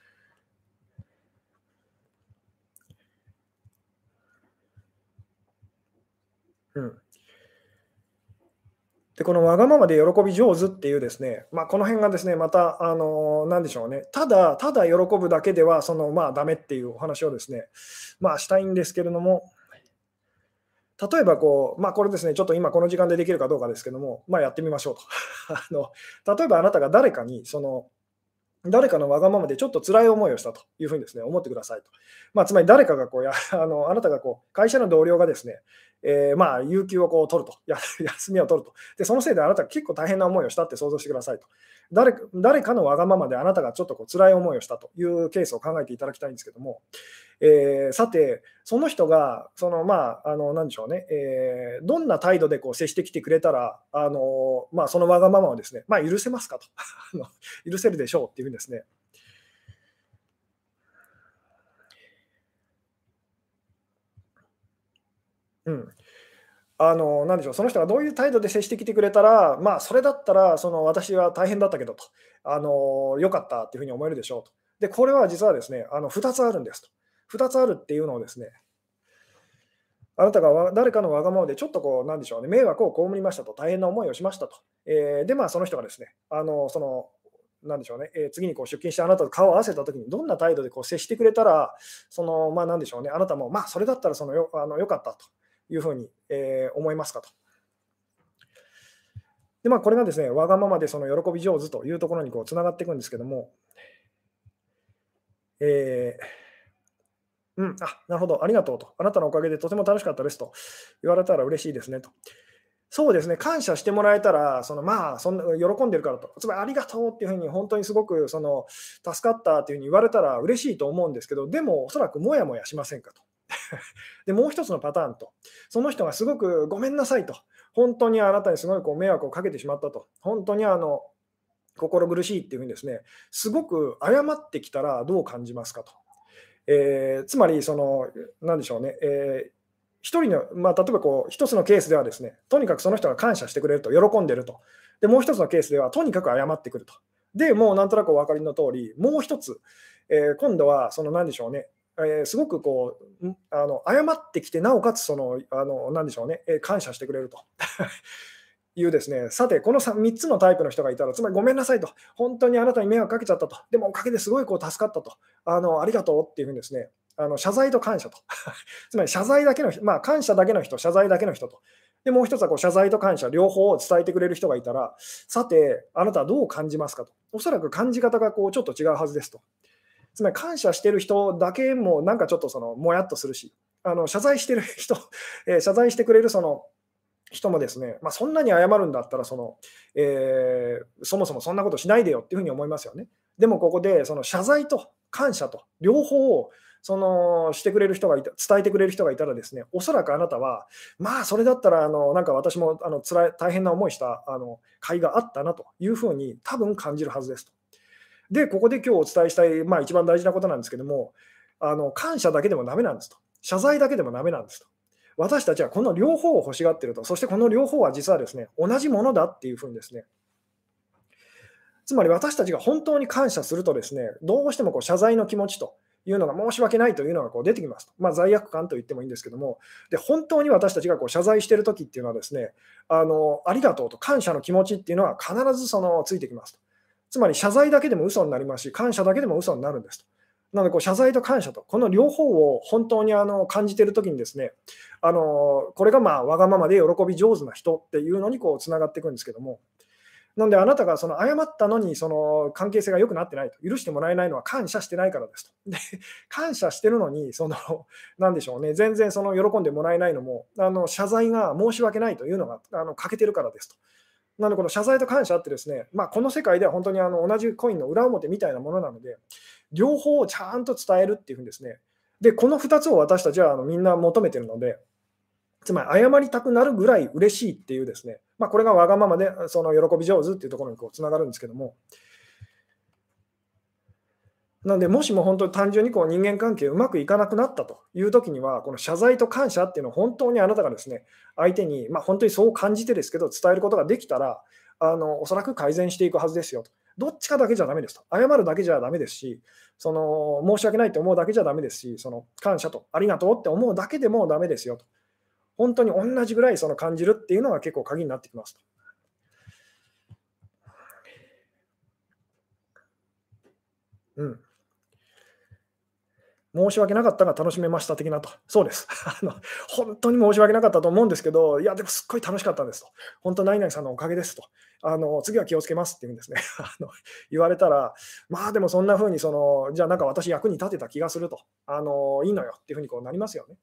A: うん、で、このわがままで喜び上手っていうですね、まあ、この辺がですね、また、あの、なんでしょうね、ただただ喜ぶだけでは、その、まあ、ダメっていうお話をですね、まあ、したいんですけれども、例えばこう、まあ、これですね、ちょっと今この時間でできるかどうかですけども、まあ、やってみましょうと。あの、例えばあなたが誰かに、その、誰かのわがままでちょっと辛い思いをしたというふうにですね、思ってくださいと。まあ、つまり誰かがこうやあの、あなたがこう、会社の同僚がですね、えーまあ、有給をこう取ると、や休みを取ると。で、そのせいであなたが結構大変な思いをしたって想像してくださいと。誰か誰かのわがままであなたがちょっとこう辛い思いをしたというケースを考えていただきたいんですけども、えーさて、その人が、その、まあ、あの、なんでしょうね、えーどんな態度でこう接してきてくれたら、あの、まあ、そのわがままをですね、まあ、許せますかと。あの許せるでしょうっていうふうにですね、うん。あの、なんでしょう、その人がどういう態度で接してきてくれたら、まあ、それだったら、その、私は大変だったけどと、あの、良かったっていうふうに思えるでしょうと。で、これは実はですね、あの、ふたつあるんですと。ふたつあるっていうのをですね、あなたがわ誰かのわがままでちょっとこう、なんでしょうね、迷惑を被りましたと、大変な思いをしましたと。えーで、まあ、その人がですね、あの、その、なんでしょうね、えー次にこう出勤してあなたと顔を合わせたときに、どんな態度でこう接してくれたら、その、まあ、なんでしょうね、あなたも、まあ、それだったらそのよあの良かったというふうに、えー思いますかと。で、まあ、これがですね、わがままでその喜び上手というところにこうつながっていくんですけども、えーうん、あ、なるほど、ありがとうと。あなたのおかげでとても楽しかったですと言われたら嬉しいですねと。そうですね、感謝してもらえたら、その、まあ、そんな喜んでるからと、つまりありがとうっていうふうに本当にすごくその助かったっていうふうに言われたら嬉しいと思うんですけど、でもおそらくもやもやしませんかと。で、もう一つのパターンと、その人がすごくごめんなさいと、本当にあなたにすごいこう迷惑をかけてしまったと、本当にあの心苦しいっていうふうにですね、すごく謝ってきたらどう感じますかと。えーつまりその、なんでしょうね、えー一人の、まあ、例えばこう、一つのケースではですね、とにかくその人が感謝してくれると、喜んでると。で、もう一つのケースでは、とにかく謝ってくると。で、もうなんとなくお分かりの通り、もう一つ、えー今度はそのなんでしょうね、えーすごくこう、んあの謝ってきて、なおかつその、あのなんでしょうね、えー感謝してくれると。いうですね、さて、この さん, つのタイプの人がいたら、つまりごめんなさいと、本当にあなたに迷惑かけちゃったと、でもおかげですごいこう助かったと、あのありがとうっていうふうにですね、あの謝罪と感謝と、つまり謝罪だけの人、まあ、感謝だけの人、謝罪だけの人と、でもう一つはこう謝罪と感謝、両方を伝えてくれる人がいたら、さて、あなたはどう感じますかと、おそらく感じ方がこうちょっと違うはずですと。つまり感謝してる人だけもなんかちょっとそのもやっとするし、あの謝罪してる人、えー謝罪してくれるその人もですね、まあ、そんなに謝るんだったらその、えーそもそもそんなことしないでよっていうふうに思いますよね。でもここでその謝罪と感謝と両方をそのしてくれる人がいた、伝えてくれる人がいたらですね、おそらくあなたは、まあそれだったらあのなんか私もあの辛い大変な思いしたあの甲斐があったなというふうに多分感じるはずですと。で、ここで今日お伝えしたい、まあ、一番大事なことなんですけども、あの感謝だけでもダメなんですと。謝罪だけでもダメなんですと。私たちはこの両方を欲しがっていると、そしてこの両方は実はですね、同じものだっていうふうにですね、つまり私たちが本当に感謝するとですね、どうしてもこう謝罪の気持ちというのが申し訳ないというのがこう出てきますと。まあ、罪悪感と言ってもいいんですけども、で本当に私たちがこう謝罪しているときっていうのはですね、あの、ありがとうと感謝の気持ちっていうのは必ずそのついてきますと。つまり謝罪だけでも嘘になりますし、感謝だけでも嘘になるんですと。なのでこう謝罪と感謝と、この両方を本当にあの感じているときにですね、あのこれがまあわがままで喜び上手な人っていうのにこうつながっていくんですけども、 なので、あなたがその謝ったのに、その関係性が良くなってないと、許してもらえないのは感謝してないからですと。で、感謝してるのに、その、なんでしょうね、全然その喜んでもらえないのも、あの謝罪が申し訳ないというのがあの欠けてるからですと。なので、この謝罪と感謝ってですね、まあ、この世界では本当にあの同じコインの裏表みたいなものなので、両方をちゃんと伝えるっていうふうにですね、で、このふたつを私たちはあのみんな求めてるので、つまり謝りたくなるぐらい嬉しいっていうですね、まあ、これがわがままでその喜び上手っていうところにこうつながるんですけども、なので、もしも本当に単純にこう人間関係うまくいかなくなったという時には、この謝罪と感謝っていうのを本当にあなたがですね、相手に、まあ、本当にそう感じてですけど、伝えることができたら、あの、おそらく改善していくはずですよと。どっちかだけじゃダメですと。謝るだけじゃダメですし、その、申し訳ないと思うだけじゃダメですし、その、感謝とありがとうって思うだけでもダメですよと。本当に同じぐらいその感じるっていうのが結構鍵になってきますと。うん。申し訳なかったが楽しめました的なと。そうです。あの、本当に申し訳なかったと思うんですけど、いや、でもすっごい楽しかったんですと。本当何々さんのおかげですと。あの、次は気をつけますって言うんですね。あの、言われたら、まあ、でもそんな風にその、じゃあなんか私役に立てた気がすると。あの、いいのよっていう風にこうなりますよね。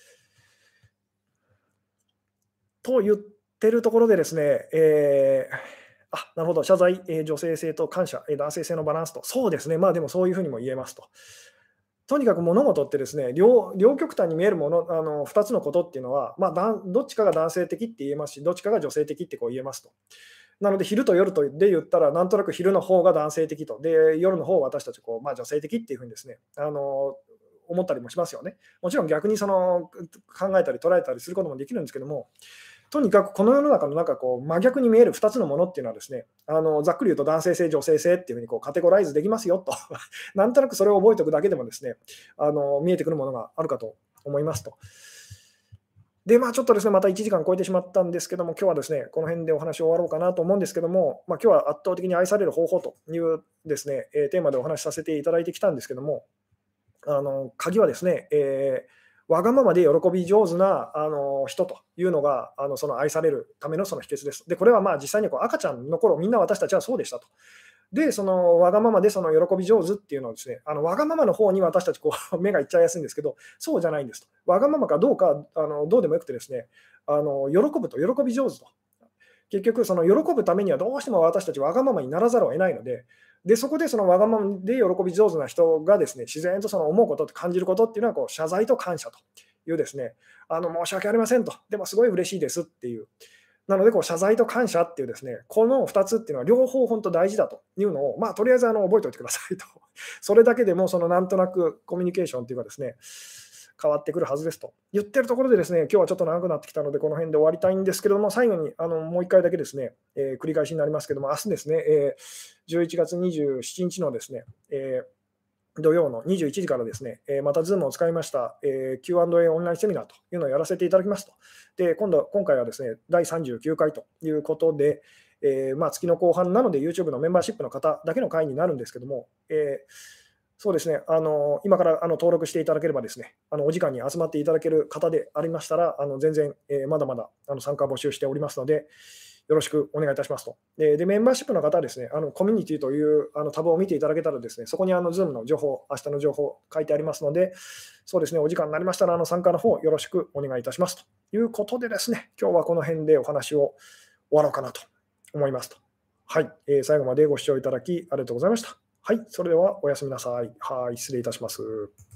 A: と言ってるところでですね、えーあ、なるほど、謝罪、えー女性性と感謝、えー男性性のバランスと。そうですね、まあ、でもそういう風にも言えますと。とにかく物事ってですね、両両極端に見えるもの、あのふたつのことっていうのは、まあ、だんどっちかが男性的って言えますし、どっちかが女性的ってこう言えますと。なので、昼と夜とで言ったら、なんとなく昼の方が男性的と、で、夜の方は私たちこう、まあ、女性的っていうふうにですね、あの思ったりもしますよね。もちろん逆にその考えたり捉えたりすることもできるんですけども、とにかくこの世の中のなんかこう真逆に見えるふたつのものっていうのはですね、あのざっくり言うと男性性、女性性っていうふうにこうカテゴライズできますよと、なんとなくそれを覚えておくだけでもですね、あの見えてくるものがあるかと思いますと。で、まあ、ちょっとですね、またいちじかん超えてしまったんですけども、今日はですね、この辺でお話を終わろうかなと思うんですけども、まあ、今日は圧倒的に愛される方法というですね、えーテーマでお話しさせていただいてきたんですけども、あの鍵はですね、えーわがままで喜び上手なあの人というのが、あのその愛されるためのその秘訣です。で、これはまあ実際にこう赤ちゃんの頃、みんな私たちはそうでしたと。で、そのわがままでその喜び上手っていうのはですね、あのわがままの方に私たちこう目がいっちゃいやすいんですけど、そうじゃないんですと。わがままかどうかあのどうでもよくてですね、あの喜ぶと喜び上手と。結局その喜ぶためにはどうしても私たちわがままにならざるを得ないので、でそこでそのわがままで喜び上手な人がですね、自然とその思うことと感じることっていうのはこう謝罪と感謝というですね、あの申し訳ありませんと、でもすごい嬉しいですっていう。なのでこう謝罪と感謝っていうですね、このふたつっていうのは両方本当大事だというのを、まあとりあえずあの覚えておいてくださいと。それだけでもそのなんとなくコミュニケーションっていうかですね、変わってくるはずですと言ってるところでですね、今日はちょっと長くなってきたので、この辺で終わりたいんですけれども、最後にあのもういっかいだけですね、えー繰り返しになりますけども、明日ですね、えーじゅういちがつにじゅうしちにちのですね、えー土曜のにじゅういちじからですね、えーまた Zoom を使いました、えー キューアンドエー オンラインセミナーというのをやらせていただきますと。で、今度、今回はですね、だいさんじゅうきゅうかいということで、えーまあ、月の後半なので YouTube のメンバーシップの方だけの会になるんですけども、えーそうですね、あの今からあの登録していただければですね、あのお時間に集まっていただける方でありましたら、あの全然、えーまだまだあの参加募集しておりますので、よろしくお願いいたしますと。で、でメンバーシップの方はですね、あのコミュニティというあのタブを見ていただけたらですね、そこにあの Zoom の情報、明日の情報書いてありますので、そうですね、お時間になりましたら、あの参加の方よろしくお願いいたしますということでですね、今日はこの辺でお話を終わろうかなと思いますと。はい、えー最後までご視聴いただきありがとうございました。はい、それではおやすみなさい。はい、失礼いたします。